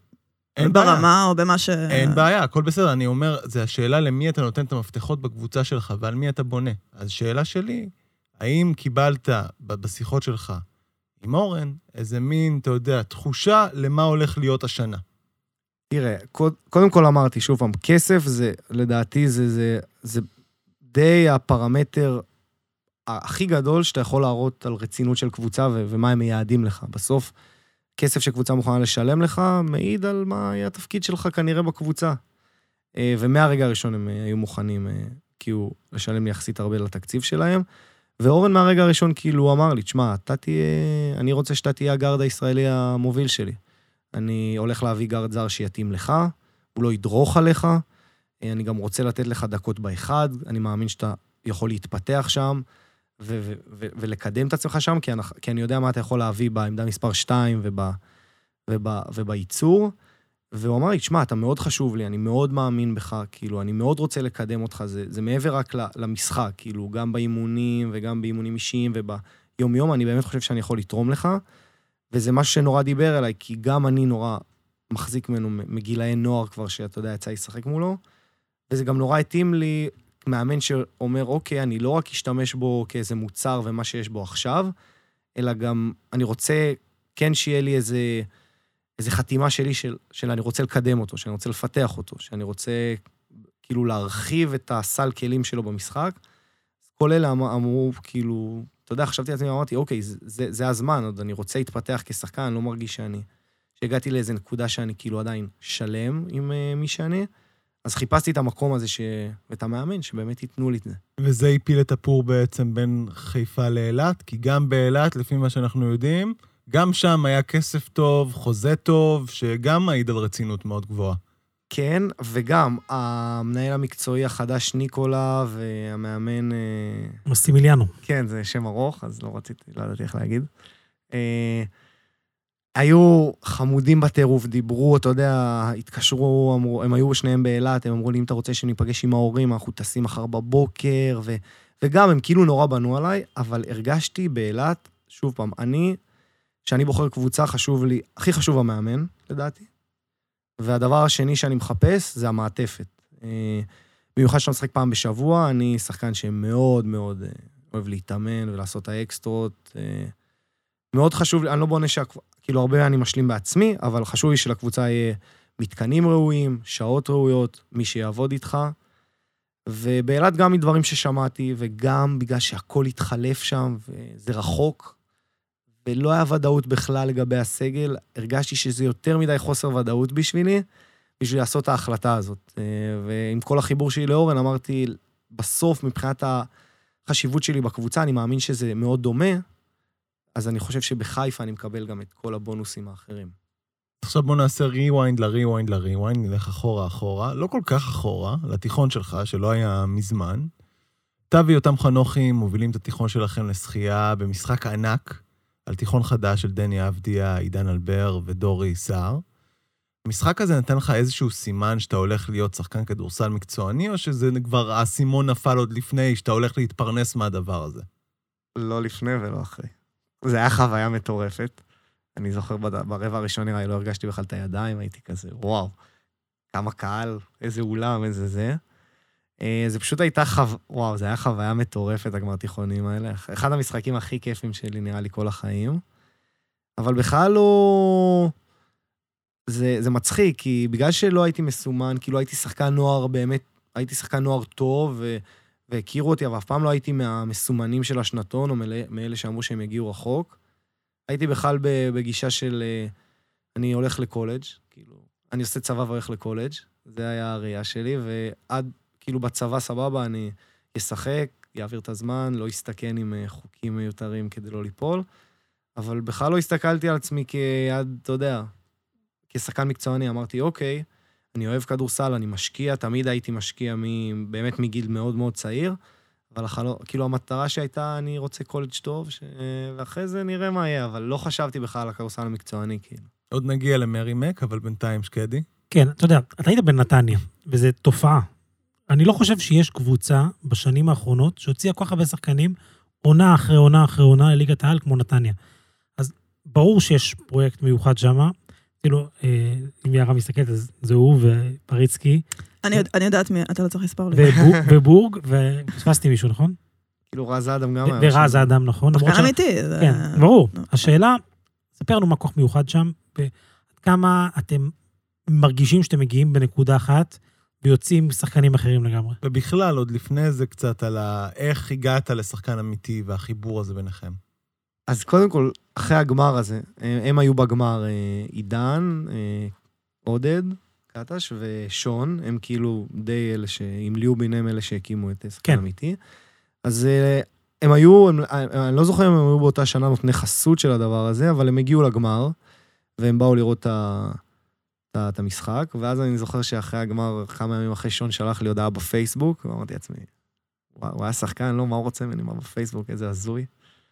ברמה או במה ש... אין בעיה, הכל בסדר. אני אומר, זה השאלה למי אתה נותן את המפתחות בקבוצה שלך, ועל מי אתה בונה. אז שאלה שלי, האם קיבלת בשיחות שלך עם אורן איזה מין, אתה יודע, תחושה למה הולך להיות השנה? תראה, קודם כל אמרתי, שוב פעם, כסף זה, לדעתי, זה די הפרמטר הכי גדול שאתה יכול להראות על רצינות של קבוצה ומה הם מייעדים לך. בסוף, כסף שקבוצה מוכנה לשלם לך, מעיד על מה היה התפקיד שלך כנראה בקבוצה. ומהרגע הראשון הם היו מוכנים, כאילו, לשלם לי יחסית הרבה לתקציב שלהם. ואורן מהרגע הראשון, כאילו, הוא אמר לי, תשמע, אני רוצה שאתה תהיה הגארד הישראלי המוביל שלי. אני הולך להביא גארד זר שיתאים לך, הוא לא ידרוך עליך, אני גם רוצה לתת לך דקות באחד, אני מאמין שאתה יכול להתפתח שם, ולקדם את עצמך שם, כי אני יודע מה אתה יכול להביא בעמדה מספר 2 ובייצור, והוא אמר לי, תשמע, אתה מאוד חשוב לי, אני מאוד מאמין בך, כאילו, אני מאוד רוצה לקדם אותך, זה מעבר רק למשחק, כאילו, גם באימונים וגם באימונים אישיים וביום יום, אני באמת חושב שאני יכול לתרום לך, וזה משהו שנורא דיבר אליי, כי גם אני נורא מחזיק ממנו מגילאי נוער כבר, שאתה יודע, יצא לשחק מולו, וזה גם נורא התאים לי, מאמן שאומר, אוקיי, אני לא רק אשתמש בו כאיזה מוצר ומה שיש בו עכשיו, אלא גם אני רוצה, כן שיהיה לי איזה חתימה שלי של אני רוצה לקדם אותו, שאני רוצה לפתח אותו, שאני רוצה כאילו להרחיב את הסל כלים שלו במשחק. כל אלה אמרו, כאילו, אתה יודע, חשבתי לעצמי, אמרתי, אוקיי, זה הזמן, עוד אני רוצה להתפתח כשחקן, אני לא מרגיש שהגעתי לאיזו נקודה שאני כאילו עדיין שלם עם מי שאני, אז חיפשתי את המקום הזה ואת המאמן, שבאמת ייתנו לי את זה. וזה הפיל את הפור בעצם בין חיפה לאילת, כי גם באילת, לפי מה שאנחנו יודעים, גם שם היה כסף טוב, חוזה טוב, שגם מעיד על רצינות מאוד גבוהה. כן, וגם המנהל המקצועי החדש ניקולה והמאמן... מסטימיליאנו. כן, זה שם ארוך, אז לא רציתי, לא ידעתי איך להגיד. היו חמודים בטירוף, דיברו, אתה יודע, התקשרו, אמרו, הם היו שניהם באילת, הם אמרו לי, אם אתה רוצה שניפגש עם ההורים, אנחנו טסים מחר בבוקר, וגם הם כאילו נורא בנו עליי, אבל הרגשתי באילת, שוב פעם, שאני בוחר קבוצה, חשוב לי, הכי חשוב המאמן, לדעתי. והדבר השני שאני מחפש, זה המעטפת. במיוחד שאתה משחק פעם בשבוע, אני שחקן שמאוד מאוד אוהב להתאמן ולעשות האקסטרות. מאוד חשוב לי, אני לא בונה כאילו הרבה אני משלים בעצמי, אבל חשוב לי שלקבוצה יהיה מתקנים ראויים, שעות ראויות, מי שיעבוד איתך. ובאילת גם מדברים ששמעתי, וגם בגלל שהכל התחלף שם, וזה רחוק, ולא היה ודאות בכלל לגבי הסגל, הרגשתי שזה יותר מדי חוסר ודאות בשבילי לעשות את ההחלטה הזאת. ועם כל החיבור שלי לאורן, אמרתי, בסוף, מבחינת החשיבות שלי בקבוצה, אני מאמין שזה מאוד דומה, אז אני חושב שבחיפה אני מקבל גם את כל הבונוסים האחרים. עכשיו בוא נעשה ריוויינד לריוויינד, נלך אחורה, לא כל כך אחורה, לתיכון שלך, שלא היה מזמן. אתה ויותם חנוכי מובילים את התיכון שלכם לשחייה במשחק ענק, על תיכון חדש של דני אבדיה, עידן אלבר ודורי סער. המשחק הזה נתן לך איזשהו סימן שאתה הולך להיות שחקן כדורסל מקצועני, או שזה כבר הסימון נפל עוד לפני, שאתה הולך להתפרנס מהדבר הזה? לא לפני ולא אחרי. זה היה חוויה מטורפת. אני זוכר ברבע הראשון נראה, לא הרגשתי בכלל את הידיים, הייתי כזה, וואו, כמה קהל, איזה אולם, איזה זה. זה פשוט הייתה וואו, זה היה חוויה מטורפת, הגמר תיכונים האלה. אחד המשחקים הכי כיפים שלי נראה לי כל החיים. אבל בכלל לא... זה מצחיק, כי בגלל שלא הייתי מסומן, כאילו הייתי שחקן נוער באמת, הייתי שחקן נוער טוב, והכירו אותי, אבל אף פעם לא הייתי מהמסומנים של השנתון, או מאלה שאמרו שהם יגיעו רחוק. הייתי בכלל בגישה של... אני הולך לקולג', כאילו, אני עושה צבא והולך לקולג', זה היה הראייה שלי, ועד... כאילו בצבא סבבה, אני אשחק, יעביר את הזמן, לא אסתכן עם חוקים מיותרים כדי לא ליפול, אבל בכלל לא הסתכלתי על עצמי כיד, אתה יודע, כשחקן מקצועני, אמרתי, אוקיי, אני אוהב כדורסל, אני משקיע, תמיד הייתי משקיע באמת מגיל מאוד מאוד צעיר, אבל כאילו המטרה שהייתה, אני רוצה קולג' טוב, ואחרי זה נראה מה יהיה, אבל לא חשבתי בכלל על הכדורסל המקצועני, כאילו. עוד נגיע למרי מק, אבל בינתיים שקדי. כן, אתה יודע, אתה היית בנתניה, וזו תופעה. אני לא חושב שיש קבוצה בשנים האחרונות שהוציאה כל כך הרבה שחקנים, עונה אחרי עונה אחרי עונה לליגת העל כמו נתניה. אז ברור שיש פרויקט מיוחד שם, כאילו, אם יערה מסתכלת, אז זה הוא ופריצקי. אני יודעת מי, אתה לא צריך לספור לי. ובורג, ופספסתי מישהו, נכון? כאילו רז האדם גם היה. ורז האדם, נכון. שחקן אמיתי. כן, ברור. השאלה, ספר לנו מה כוח מיוחד שם, וכמה אתם מרגישים שאתם מגיעים בנקודה אחת, ויוצאים שחקנים אחרים לגמרי. ובכלל, עוד לפני זה קצת על איך הגעת לשחקן אמיתי והחיבור הזה ביניכם. אז קודם כל, אחרי הגמר הזה, הם היו בגמר עידן, עודד, קטש ושון, הם כאילו די אלה עם ליובין הם אלה שהקימו את שחקן אמיתי. אז הם היו, אני לא זוכר אם הם היו באותה שנה נותני חסות של הדבר הזה, אבל הם הגיעו לגמר, והם באו לראות את המשחק, ואז אני זוכר שאחרי הגמר, כמה ימים אחרי שון שלח לי הודעה בפייסבוק, ואמרתי לעצמי, הוא היה שחקן, לא, מה הוא רוצה ממני, מה בפייסבוק, איזה הזוי.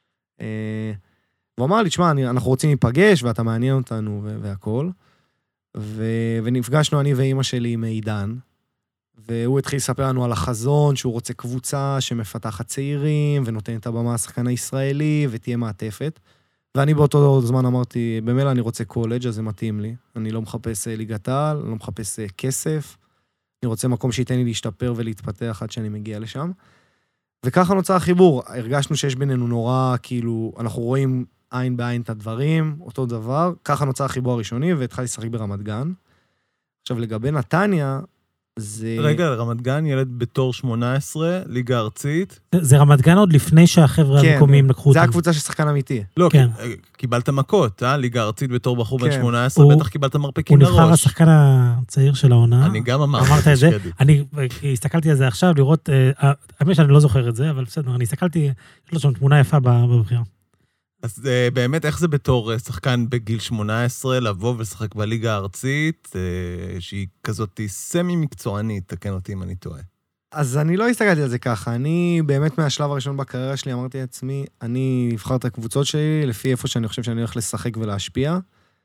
והוא אמר לי, תשמע, אנחנו רוצים להיפגש, ואתה מעניין אותנו והכל, ונפגשנו אני ואימא שלי עם עידן, והוא התחיל לספר לנו על החזון, שהוא רוצה קבוצה שמפתחת צעירים, ונותנת את הבמה השחקן הישראלי, ותהיה מעטפת. ואני באותו זמן אמרתי, במילא אני רוצה קולג', אז זה מתאים לי. אני לא מחפש ליגת העל, לא מחפש כסף. אני רוצה מקום שייתן לי להשתפר ולהתפתח עד שאני מגיע לשם. וככה נוצר החיבור. הרגשנו שיש בינינו נורא, כאילו, אנחנו רואים עין בעין את הדברים, אותו דבר. ככה נוצר החיבור הראשוני, והתחלתי לשחק ברמת גן. עכשיו, לגבי נתניה, זה... רגע, רמת גן, ילד בתור 18, ליגה ארצית. זה רמת גן עוד לפני שהחבר'ה המקומיים לקחו אותם. זה הקבוצה של שחקן אמיתי. לא, קיבלת מכות, ליגה ארצית בתור בחור בן 18, בטח קיבלת מרפקים לראש. הוא נבחר השחקן הצעיר של העונה. אני גם אמרת את זה. אני הסתכלתי על זה עכשיו לראות, האמת שאני לא זוכר את זה, אבל בסדר, אני הסתכלתי, יש לו שם תמונה יפה בבחירה. אז באמת, איך זה בתור שחקן בגיל 18, לבוא ולשחק בליגה הארצית, שהיא כזאת סמי-מקצוענית, תקן אותי אם אני טועה. אז אני לא הסתכלתי על זה ככה, אני באמת מהשלב הראשון בקריירה שלי אמרתי לעצמי, אני אבחר את הקבוצות שלי לפי איפה שאני חושב שאני הולך לשחק ולהשפיע,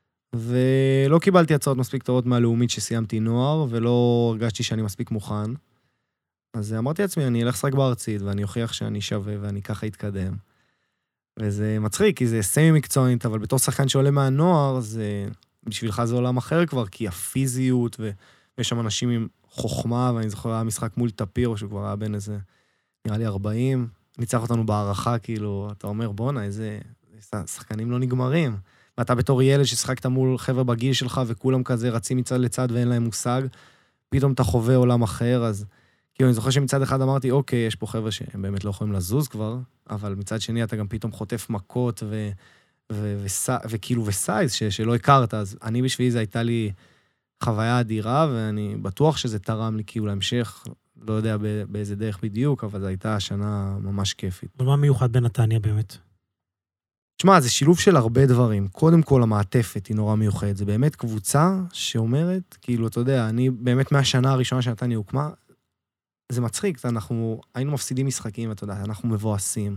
ולא קיבלתי הצעות מספיק טובות מהלאומית שסיימתי נוער, ולא הרגשתי שאני מספיק מוכן. אז אמרתי לעצמי, אני אלך לשחק בארצית, ואני אוכיח שאני שווה, ואני ככה אתקדם. וזה מצחיק, כי זה סמי מקצועית, אבל בתור שחקן שעולה מהנוער, בשבילך זה עולם אחר כבר, כי הפיזיות, ויש שם אנשים עם חוכמה, ואני זוכר, היה משחק מול טפיר, שהוא כבר היה בין איזה, נראה לי 40, ניצח אותנו בהערכה, כאילו, אתה אומר, בונה, איזה שחקנים לא נגמרים. ואתה בתור ילד ששחקת מול חבר'ה בגיל שלך, וכולם כזה רצים מצד לצד ואין להם מושג, פתאום אתה חווה עולם אחר, אז כאילו, אני זוכר שמצד אחד אמרתי, אוקיי, יש פה חבר'ה שהם באמת לא יכולים לזוז כבר, אבל מצד שני אתה גם פתאום חוטף מכות וכאילו וסייז שלא הכרת, אז אני בשבילי זה הייתה לי חוויה אדירה, ואני בטוח שזה תרם לי כאילו להמשך, לא יודע באיזה דרך בדיוק, אבל זו הייתה שנה ממש כיפית. ומה מיוחד בנתניה באמת? תשמע, זה שילוב של הרבה דברים. קודם כל, המעטפת היא נורא מיוחדת. זה באמת קבוצה שאומרת, כאילו, אתה יודע, אני באמת מהשנה הראשונה שנתניה הוקמה, זה מצחיק, אנחנו היינו מפסידים משחקים, אתה יודע, אנחנו מבואסים,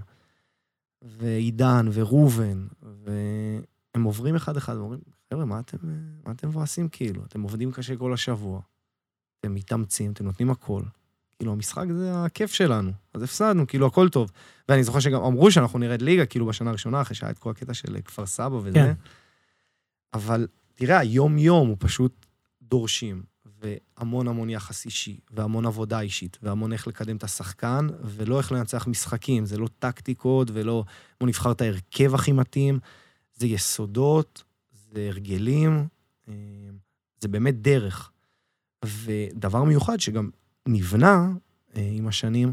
ועידן ורובן, והם עוברים אחד-אחד, ואומרים, חבר'ה, מה אתם מבואסים כאילו? אתם עובדים קשה כל השבוע, אתם מתאמצים, אתם נותנים הכל. כאילו, המשחק זה הכיף שלנו, אז הפסדנו, כאילו, הכל טוב. ואני זוכר שגם אמרו שאנחנו נרד ליגה, כאילו, בשנה הראשונה, אחרי שהיה את כל הקטע של כפר סבא וזה. כן. אבל תראה, היום-יום הוא פשוט דורשים. והמון המון יחס אישי, והמון עבודה אישית, והמון איך לקדם את השחקן, ולא איך לנצח משחקים, זה לא טקטיקות, ולא בוא נבחר את ההרכב הכי מתאים, זה יסודות, זה הרגלים, זה באמת דרך. ודבר מיוחד שגם נבנה עם השנים,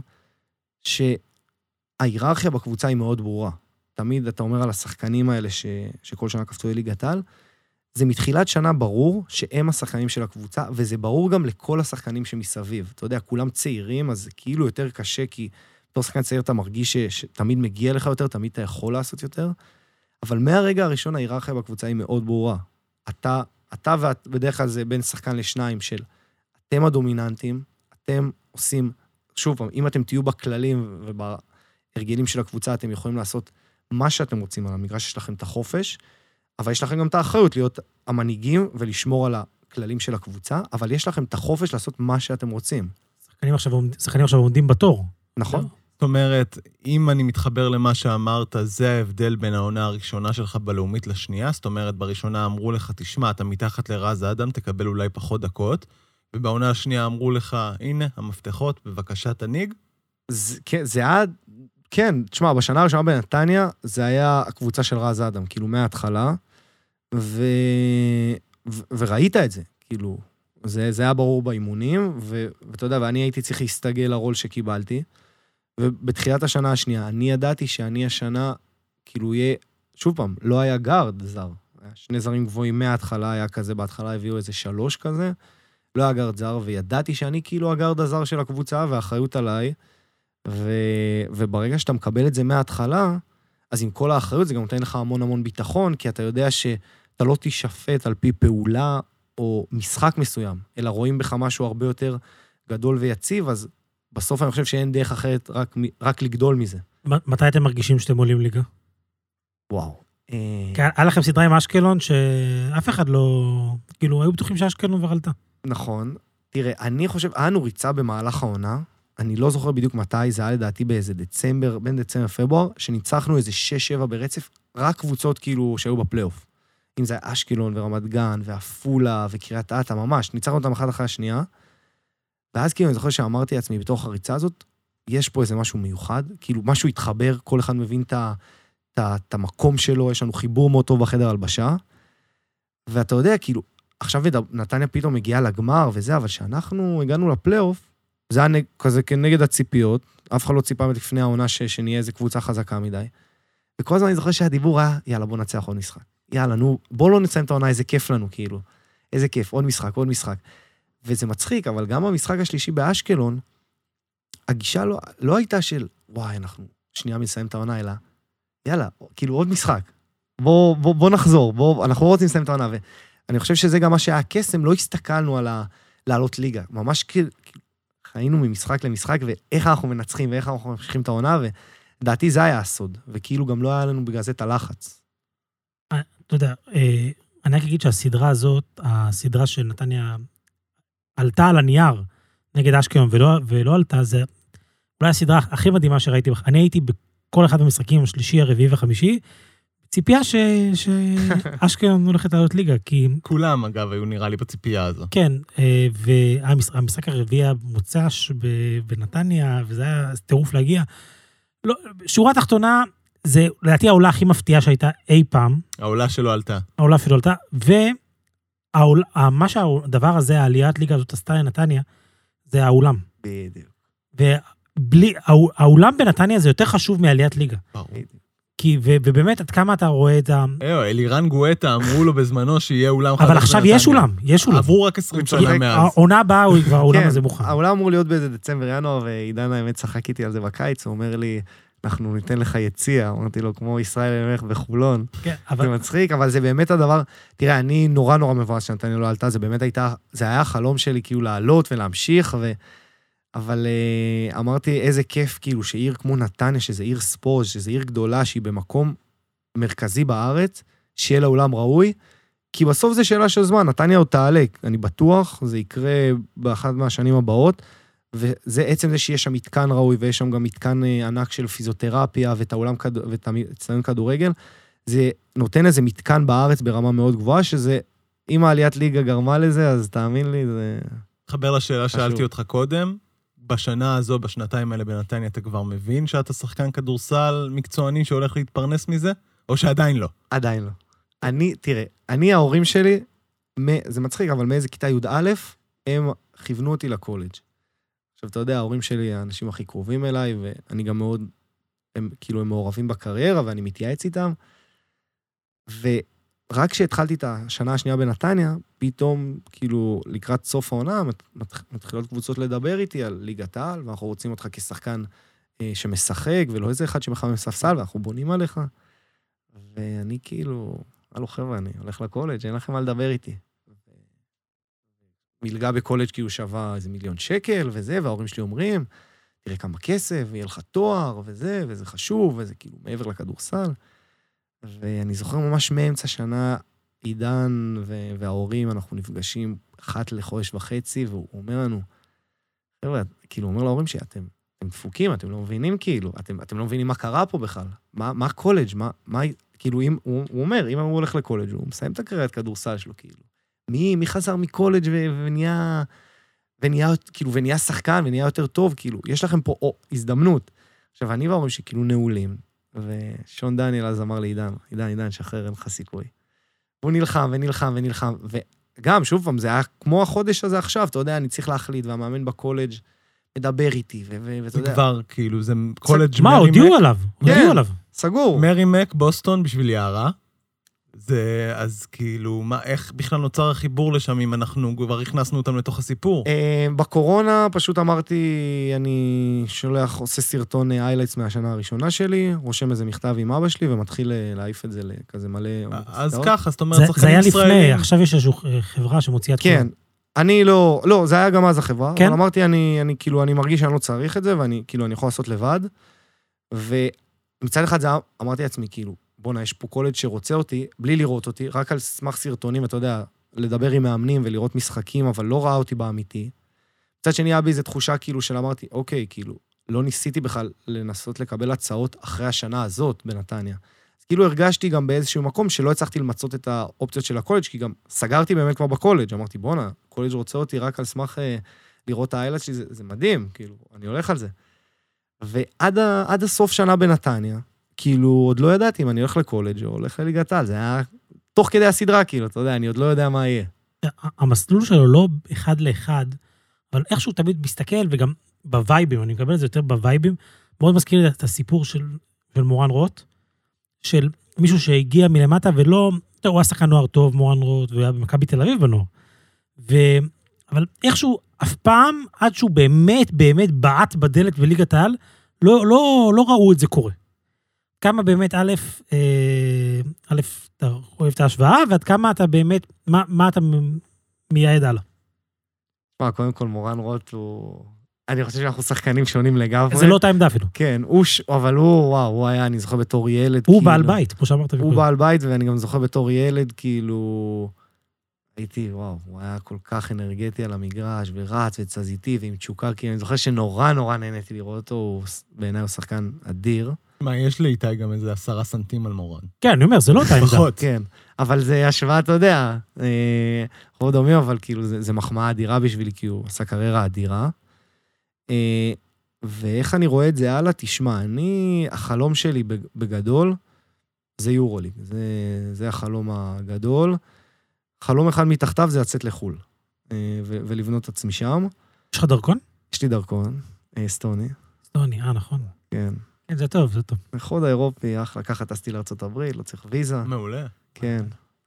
שההיררכיה בקבוצה היא מאוד ברורה. תמיד אתה אומר על השחקנים האלה שכל שנה קפצו לליגת העל, זה מתחילת שנה ברור שהם השחקנים של הקבוצה, וזה ברור גם לכל השחקנים שמסביב. אתה יודע, כולם צעירים, אז זה כאילו יותר קשה, כי בתור שחקן צעיר אתה מרגיש שתמיד מגיע לך יותר, תמיד אתה יכול לעשות יותר, אבל מהרגע הראשון ההיררכיה בקבוצה היא מאוד ברורה. אתה בדרך כלל זה בין שחקן לשניים של אתם הדומיננטים, אתם עושים, שוב פעם, אם אתם תהיו בכללים ובהרגלים של הקבוצה, אתם יכולים לעשות מה שאתם רוצים על המגרש, יש לכם את החופש, אבל יש לכם גם את האחריות להיות המנהיגים ולשמור על הכללים של הקבוצה, אבל יש לכם את החופש לעשות מה שאתם רוצים. שחקנים עכשיו עומדים בתור. נכון. זאת אומרת, אם אני מתחבר למה שאמרת, זה ההבדל בין העונה הראשונה שלך בלאומית לשנייה, זאת אומרת, בראשונה אמרו לך, תשמע, אתה מתחת לרז אדם, תקבל אולי פחות דקות, ובעונה השנייה אמרו לך, הנה, המפתחות, בבקשה תניג. כן, תשמע, בשנה הראשונה בנתניה, זה היה הקבוצה של רז אדם, כאילו מההתחלה, וראית את זה, כאילו, זה היה ברור באימונים, ואתה יודע, ואני הייתי צריך להסתגל לרול שקיבלתי, ובתחילת השנה השנייה, אני ידעתי שאני השנה, כאילו יהיה, שוב פעם, לא היה גארד זר, היה שני זרים גבוהים מההתחלה, היה כזה, בהתחלה הביאו איזה 3 כזה, לא היה גארד זר, וידעתי שאני כאילו הגארד הזר של הקבוצה, והאחריות עליי, וברגע שאתה מקבל את זה מההתחלה, אז עם כל האחריות זה גם נותן לך המון המון ביטחון, כי אתה יודע שאתה לא תשפט על פי פעולה או משחק מסוים, אלא רואים בך משהו הרבה יותר גדול ויציב, אז בסוף אני חושב שאין דרך אחרת רק לגדול מזה. מתי אתם מרגישים שאתם עולים ליגה? וואו. היה לכם סדרה עם אשקלון שאף אחד לא, כאילו, היו בטוחים שאשקלון ורלתה. נכון. תראה, אני חושב, אנו ריצה במהלך העונה, אני לא זוכר בדיוק מתי, זה היה לדעתי באיזה דצמבר, בין דצמבר פברואר, שניצחנו איזה 6-7 ברצף, רק קבוצות כאילו שהיו בפלייאוף. אם זה היה אשקלון ורמת גן, והפולה וקריית אתא, ממש, ניצחנו אותם אחד אחרי השנייה, ואז כאילו אני זוכר שאמרתי לעצמי, בתוך הריצה הזאת, יש פה איזה משהו מיוחד, כאילו משהו התחבר, כל אחד מבין את המקום שלו, יש לנו חיבור מאוד טוב בחדר הלבשה, ואתה יודע, כאילו, עכשיו נתניה פתאום הגיעה לגמר וזה, אבל שאנחנו הגענו לפלייאוף, זה היה כזה כנגד הציפיות, אף אחד לא ציפה לפני העונה שנהיה איזה קבוצה חזקה מדי. וכל הזמן אני זוכר שהדיבור היה, יאללה, בוא נצח עוד משחק. יאללה, נו, בוא לא נצאים את העונה, איזה כיף לנו, כאילו. איזה כיף, עוד משחק, עוד משחק. וזה מצחיק, אבל גם במשחק השלישי באשקלון, הגישה לא הייתה של, וואי, אנחנו שנייה מסיים את העונה, אלא, יאללה, כאילו עוד משחק. בוא נחזור, אנחנו לא רוצים לסיים את העונה, ואני חושב שזה גם מה שהיה הקסם, לא הסתכלנו על לעלות ליגה. ממש כאילו, חיינו ממשחק למשחק, ואיך אנחנו מנצחים, ואיך אנחנו ממשיכים את העונה, ודעתי זה היה הסוד, וכאילו גם לא היה לנו בגלל זה את הלחץ. אתה יודע, אני רק אגיד שהסדרה הזאת, הסדרה שנתניה עלתה על הנייר נגד אשקלון ולא עלתה, זה אולי הסדרה הכי מדהימה שראיתי. אני הייתי בכל אחד מהמשחקים, השלישי, הרביעי וחמישי, ציפייה שאשקלון הולכת לעלות ליגה, כי... כולם, אגב, היו נראה לי בציפייה הזו. כן, והמשחק הרביעי המוצש בנתניה, וזה היה טירוף להגיע. שורה תחתונה, זה לדעתי העולה הכי מפתיעה שהייתה אי פעם. העולה שלו עלתה. העולה שלו עלתה, ומה שהדבר הזה, העליית ליגה הזאת עשתה לנתניה, זה האולם. בדיוק. והאולם בנתניה זה יותר חשוב מעליית ליגה. ובאמת, עד כמה אתה רואה את ה... אלירן גואטה אמרו לו בזמנו שיהיה אולם חדש. אבל עכשיו יש אולם, יש אולם. עברו רק 20 שנה מאז. העונה הבאה, כבר האולם הזה מוכן. האולם אמור להיות באיזה דצמבר-ינואר, ועידן האמת צחק איתי על זה בקיץ, הוא אומר לי, אנחנו ניתן לך יציע, אמרתי לו, כמו ישראל אלמך בחולון. זה מצחיק, אבל זה באמת הדבר, תראה, אני נורא מבואס שנתניה לא עלתה, זה באמת הייתה, זה היה החלום שלי כאילו לעלות ולהמשיך, אבל אמרתי איזה כיף כאילו שעיר כמו נתניה, שזה עיר ספורט, שזה עיר גדולה, שהיא במקום מרכזי בארץ, שיהיה לה אולם ראוי, כי בסוף זה שאלה של זמן, נתניה עוד תעלה, אני בטוח, זה יקרה באחת מהשנים הבאות, וזה עצם זה שיש שם מתקן ראוי, ויש שם גם מתקן ענק של פיזיותרפיה, ואת האולם ואת הצטדיון כדורגל, זה נותן איזה מתקן בארץ ברמה מאוד גבוהה, שזה, אם העליית ליגה גרמה לזה, אז תאמין לי, זה... חבר לשאלה שאלתי אותך קודם, בשנה הזו, בשנתיים האלה בנתניה, אתה כבר מבין שאתה שחקן כדורסל מקצועני שהולך להתפרנס מזה? או שעדיין לא? עדיין לא. תראה, ההורים שלי, זה מצחיק, אבל מאיזה כיתה י"א, הם כיוונו אותי לקולג'. עכשיו, אתה יודע, ההורים שלי, האנשים הכי קרובים אליי, ואני גם מאוד, הם מעורבים בקריירה, ואני מתייעץ איתם. ורק כשהתחלתי את השנה השנייה בנתניה, פתאום, כאילו, לקראת סוף העונה, מתחילות קבוצות לדבר איתי על ליגת העל, ואנחנו רוצים אותך כשחקן שמשחק, ולא איזה אחד שמחמם ספסל, ואנחנו בונים עליך. ואני כאילו, הלו חבר'ה, אני הולך לקולג', אין לכם מה לדבר איתי. מלגה בקולג' כאילו שווה איזה $1,000,000 וזה, וההורים שלי אומרים, תראה כמה כסף, ויהיה לך תואר, וזה חשוב, וזה כאילו מעבר לכדורסל. ואני זוכר ממש מאמצע שנה, עידן וההורים, אנחנו נפגשים אחת לחודש וחצי, והוא אומר לנו, חבר'ה, כאילו, הוא אומר להורים שאתם דפוקים, אתם לא מבינים כאילו, אתם לא מבינים מה קרה פה בכלל. מה קולג', כאילו, הוא אומר, אם הוא הולך לקולג', הוא מסיים את הקריירת כדורסל שלו, כאילו. מי חזר מקולג' ונהיה שחקן, ונהיה יותר טוב, כאילו, יש לכם פה הזדמנות. עכשיו, אני וההורים שכאילו נעולים, ושון דניאל אז אמר לי, עידן, שחרר, אין לך סיכוי. והוא נלחם, וגם, שוב פעם, זה היה כמו החודש הזה עכשיו, אתה יודע, אני צריך להחליט, והמאמן בקולג' מדבר איתי, ואתה יודע... זה כבר, כאילו, זה קולג' מה, הודיעו עליו? סגור. מרי מק, בוסטון, בשביל יערה. זה, אז כאילו, איך בכלל נוצר החיבור לשם, אם אנחנו כבר הכנסנו אותם לתוך הסיפור? בקורונה פשוט אמרתי, אני עושה סרטון איילייטס מהשנה הראשונה שלי, רושם איזה מכתב עם אבא שלי, ומתחיל להעיף את זה לכזה מלא... אז ככה, זאת אומרת, זה היה לפני, עכשיו יש איזושהי חברה שמוציאה את כל... כן, אני לא, זה היה גם אז החברה, אבל אמרתי, אני מרגיש שאני לא צריך את זה, ואני יכול לעשות לבד, ומצד אחד זה אמרתי לעצמי, כאילו, בונה, יש פה קולג' שרוצה אותי, בלי לראות אותי, רק על סמך סרטונים, אתה יודע, לדבר עם מאמנים ולראות משחקים, אבל לא ראה אותי באמיתי. מצד שני, היה בי איזו תחושה כאילו של אמרתי, אוקיי, כאילו, לא ניסיתי בכלל לנסות לקבל הצעות אחרי השנה הזאת בנתניה. אז כאילו הרגשתי גם באיזשהו מקום שלא הצלחתי למצות את האופציות של הקולג', כי גם סגרתי באמת כבר בקולג'. אמרתי, בונה, קולג' רוצה אותי רק על סמך לראות את האיילת שלי, זה מדהים, כאילו, אני הולך על זה. ועד הסוף שנה בנתניה, כאילו, עוד לא ידעתי אם אני הולך לקולג' או הולך לליגת העל, זה היה תוך כדי הסדרה, כאילו, אתה יודע, אני עוד לא יודע מה יהיה. המסלול שלו לא אחד לאחד, אבל איכשהו תמיד מסתכל, וגם בווייבים, אני מקבל את זה יותר בווייבים, מאוד מזכיר את הסיפור של מורן רוט, של מישהו שהגיע מלמטה, ולא, הוא היה שחקן נוער טוב, מורן רוט, והוא היה במכבי תל אביב בנוער. אבל איכשהו, אף פעם, עד שהוא באמת בעט בדלת בליגת העל, לא ראו את זה קורה. כמה באמת, א', אתה אוהב את ההשוואה, ועד כמה אתה באמת, מה אתה מייעד הלאה? קודם כל, מורן רוט הוא... אני חושב שאנחנו שחקנים שונים לגמרי. זה לא אותה עמדה אפילו. כן, אבל הוא היה, אני זוכר בתור ילד. הוא בעל בית, כמו שאמרת. הוא בעל בית, ואני גם זוכר בתור ילד, כאילו... הייתי, הוא היה כל כך אנרגטי על המגרש, ורץ וצזיתי, ועם תשוקה, כי אני זוכר שנורא נהניתי לראות אותו, בעיניי הוא שחקן אדיר. מה, יש לי איתי גם איזה 10 סנטים על מורן. כן, אני אומר, זה לא אותה עמדה. פחות. כן, אבל זה השוואה, אתה יודע, אנחנו דומים, אבל כאילו זה מחמאה אדירה בשבילי, כי הוא עשה קריירה אדירה. ואיך אני רואה את זה הלאה? תשמע, החלום שלי בגדול, זה יורוליג. זה החלום הגדול. חלום אחד מתחתיו זה לצאת לחול, ולבנות את עצמי שם. יש לך דרכון? יש לי דרכון, אסטוני. אסטוני, נכון. כן. כן, זה טוב, זה טוב. בחוד האירופי, אחלה, ככה טסתי לארצות הברית, לא צריך ויזה. מעולה. כן.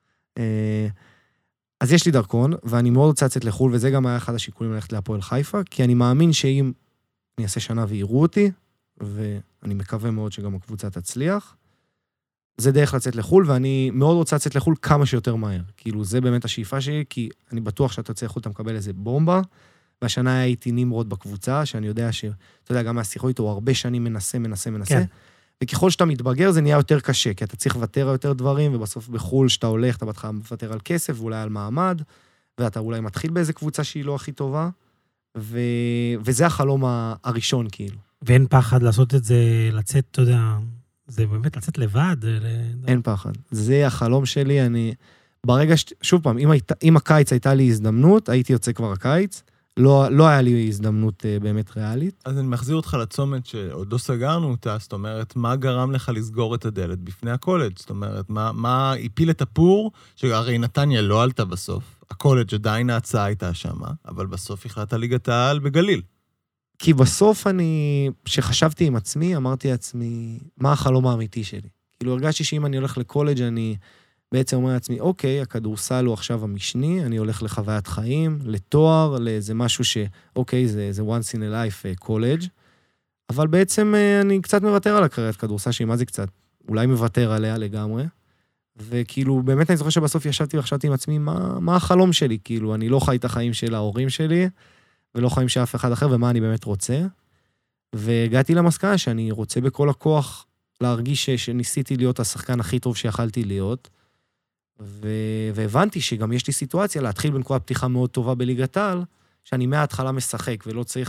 אז יש לי דרכון, ואני מאוד רוצה לצאת לחול, וזה גם היה אחד השיקולים ללכת להפועל חיפה, כי אני מאמין שאם אני אעשה שנה ויראו אותי, ואני מקווה מאוד שגם הקבוצה תצליח, זה דרך לצאת לחול, ואני מאוד רוצה לצאת לחול כמה שיותר מהר. כאילו, זה באמת השאיפה שלי, כי אני בטוח שאתה יוצא לחול, אתה מקבל איזה בומבה, והשנה הייתי נמרוד בקבוצה, שאני יודע אתה יודע, גם מהשיחו איתו, הוא הרבה שנים מנסה, כן. וככל שאתה מתבגר, זה נהיה יותר קשה, כי אתה צריך לוותר על יותר דברים, ובסוף בחול, שאתה הולך, אתה בהתחלה מוותר על כסף, ואולי על מעמד, ואתה אולי מתחיל באיזה קבוצה שהיא לא הכי טובה, וזה החלום הראשון, כאילו. ואין פחד לעשות את זה, לצאת, אתה יודע, זה באמת לצאת לבד. אין פחד. זה החלום שלי, ברגע שוב פעם, אם הקיץ הייתה לי הזדמנות, הייתי יוצא כבר הקיץ, לא היה לי הזדמנות באמת ריאלית. אז אני מחזיר אותך לצומת שעוד לא סגרנו אותה, זאת אומרת, מה גרם לך לסגור את הדלת בפני הקולג'? זאת אומרת, מה הפיל את הפור, שהרי נתניה לא עלתה בסוף, הקולג' עדיין ההצעה הייתה שמה, אבל בסוף החלטה ליגת העל בגליל. כי בסוף שחשבתי עם עצמי, אמרתי לעצמי, מה החלום האמיתי שלי? כאילו הרגשתי שאם אני הולך לקולג' אני בעצם אומר לעצמי, אוקיי, הכדורסל הוא עכשיו המשני, אני הולך לחוויית חיים, לתואר, לאיזה משהו אוקיי, זה once in a life college, אבל בעצם אני קצת מוותר על הקריירת כדורסל, שמה זה קצת, אולי מוותר עליה לגמרי, וכאילו באמת אני זוכר שבסוף ישבתי וחשבתי עם עצמי, מה החלום שלי? כאילו, אני לא חי את החיים של ההורים שלי, ולא חיים שאף אחד אחר, ומה אני באמת רוצה. והגעתי למסקנה שאני רוצה בכל הכוח להרגיש שניסיתי להיות השחקן הכי טוב שיכלתי להיות, והבנתי שגם יש לי סיטואציה להתחיל בנקודת פתיחה מאוד טובה בליגת העל, שאני מההתחלה משחק, ולא צריך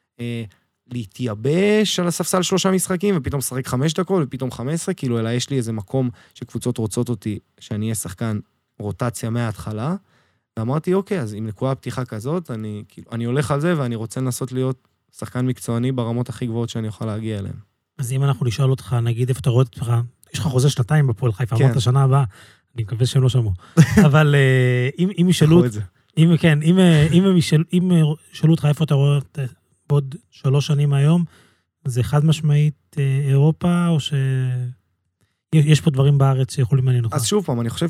להתייבש על הספסל 3 משחקים, ופתאום משחק 5 דקות, ופתאום 15, כאילו, אלא יש לי איזה מקום שקבוצות רוצות אותי, שאני אהיה שחקן רוטציה מההתחלה, ואמרתי, אוקיי, אז עם נקודת פתיחה כזאת, אני הולך על זה, ואני רוצה לנסות להיות שחקן מקצועני ברמות הכי גבוהות שאני אוכל להגיע אליהן. אז אם אנחנו נשאל אותך, נגיד, איפה אתה רואה את עצמך, יש לך חוזה 2 בפועל חיפה, אמרת השנה הבאה, אני מקווה שהם לא שמעו. אבל אם ישאלו, אם ישאלו אותך איפה אתה רואה בעוד 3 שנים מהיום, זה חד משמעית אירופה, או שיש פה דברים בארץ שיכולים לעניין אותך? אז שוב פעם, אני חושב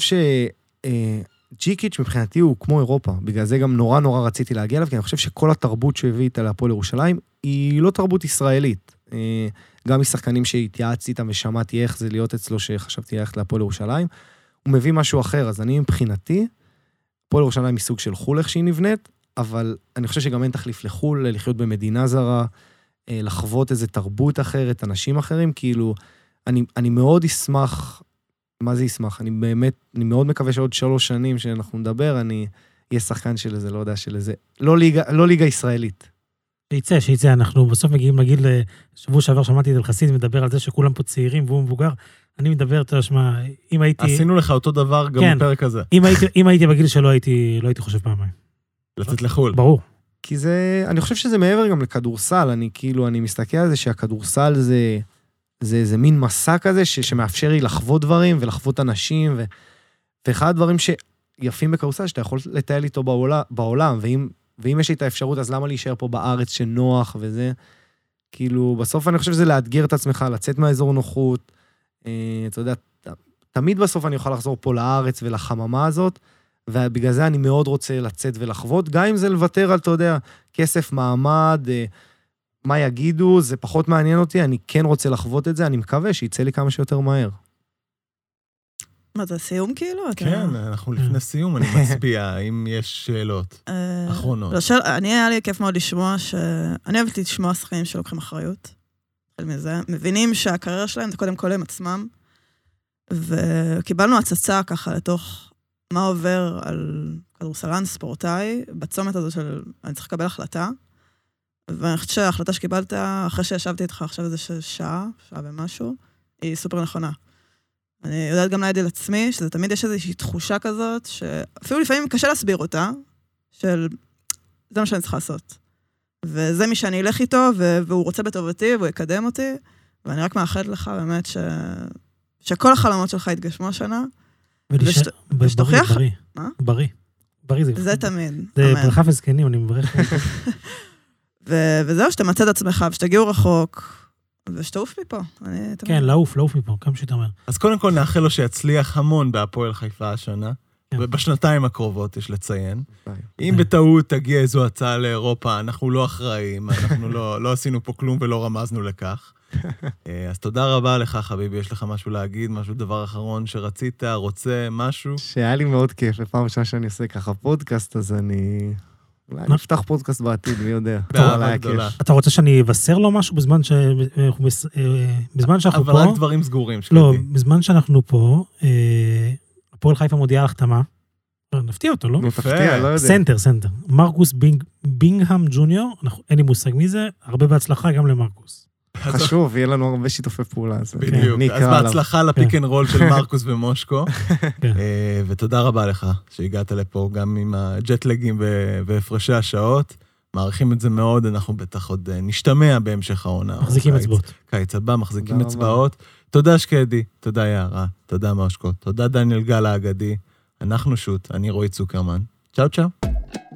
ג'יקיץ' מבחינתי הוא כמו אירופה, בגלל זה גם נורא רציתי להגיע אליו, כי אני חושב שכל התרבות שהביא איתה להפועל ירושלים, היא לא תרבות ישראלית. גם משחקנים שהתייעצתי איתם ושמעתי איך זה להיות אצלו, שחשבתי ללכת להפועל ירושלים, הוא מביא משהו אחר, אז אני מבחינתי, הפועל ירושלים מסוג של חול איך שהיא נבנית, אבל אני חושב שגם אין תחליף לחול, לחיות במדינה זרה, לחוות איזה תרבות אחרת, אנשים אחרים, כאילו, אני מאוד אשמח, מה זה ישמח? אני מאוד מקווה שעוד 3 שנים שאנחנו נדבר, אני אהיה שחקן של איזה, לא יודע, של איזה, לא ליגה ישראלית. שיצא, אנחנו בסוף מגיעים לגיל, שבוע שעבר שמעתי את אלחסיד מדבר על זה שכולם פה צעירים והוא מבוגר, אני מדבר, אתה שמה, אם הייתי... עשינו לך אותו דבר גם בפרק הזה. אם הייתי בגיל שלא הייתי חושב פעמיים. לצאת לחול. ברור. כי זה, אני חושב שזה מעבר גם לכדורסל, אני מסתכל על זה שהכדורסל זה איזה מין מסע כזה, שמאפשר לי לחוות דברים ולחוות אנשים, ואחד הדברים שיפים בכדורסל, שאתה יכול לטייל איתו בעולם, ואם יש לי את האפשרות, אז למה להישאר פה בארץ שנוח וזה? כאילו, בסוף אני חושב שזה לאתגר את עצמך, לצאת מהאזור נוחות, אתה יודע, תמיד בסוף אני אוכל לחזור פה לארץ ולחממה הזאת, ובגלל זה אני מאוד רוצה לצאת ולחוות, גם אם זה לוותר על, אתה יודע, כסף, מעמד, מה יגידו, זה פחות מעניין אותי, אני כן רוצה לחוות את זה, אני מקווה שיצא לי כמה שיותר מהר. מה, זה סיום כאילו? כן, אנחנו לפני סיום, אני מצביע, אם יש שאלות אחרונות. אני היה לי כיף מאוד לשמוע אני אוהבת לשמוע שחקנים שלוקחים אחריות. מבינים שהקריירה שלהם זה קודם כל הם עצמם, וקיבלנו הצצה ככה לתוך מה עובר על כדורסלן ספורטאי, בצומת הזו של אני צריך לקבל החלטה, ואני חושבת שההחלטה שקיבלת, אחרי שישבתי איתך עכשיו איזה שעה ומשהו, היא סופר נכונה. אני יודעת גם להגיד לעצמי, שזה תמיד יש איזושהי תחושה כזאת, שאפילו לפעמים קשה להסביר אותה, של זה מה שאני צריכה לעשות. וזה מי שאני אלך איתו, והוא רוצה בטובתי, והוא יקדם אותי, ואני רק מאחלת לך באמת שכל החלומות שלך יתגשמו השנה. ושתוכיח... בריא. בריא זה... זה תמיד. זה ברכה וזקנים, אני מברך. וזהו, שתמצא את עצמך, ושתגיעו רחוק, ושתעוף מפה. כן, לעוף מפה, כמה שאתה אומר. אז קודם כל נאחל לו שיצליח המון בהפועל חיפה השנה, ובשנתיים הקרובות יש לציין. אם בטעות תגיע איזו הצעה לאירופה, אנחנו לא אחראים, אנחנו לא עשינו פה כלום ולא רמזנו לכך. אז תודה רבה לך, חביבי, יש לך משהו להגיד, משהו דבר אחרון שרצית, רוצה, משהו? שהיה לי מאוד כיף, לפעם ראשונה שאני עושה ככה פודקאסט, אז אני... אולי נפתח פודקאסט בעתיד, מי יודע. באהבה גדולה. אתה רוצה שאני אבשר לו משהו בזמן שאנחנו פה? אבל רק דברים סגורים. לא, בזמן שאנחנו פה, הפועל חיפה מודיעה על החתמה. נפתיע אותו, לא? נפתיע, לא יודע. סנטר. מרקוס בינגהאם ג'וניור, אין לי מושג מי זה, הרבה בהצלחה גם למרקוס. חשוב, יהיה לנו הרבה שיתופי פעולה. בדיוק, אז בהצלחה לפיק אנד רול של מרקוס ומושקו, ותודה רבה לך שהגעת לפה גם עם הג'טלגים והפרשי השעות, מעריכים את זה מאוד, אנחנו בטח עוד נשתמע בהמשך העונה. מחזיקים אצבעות. קיץ הבא, מחזיקים אצבעות. תודה שקדי, תודה יערה, תודה מושקו, תודה דניאל גל האגדי, אנחנו שוט, אני רועי צוקרמן. צ'או צ'או.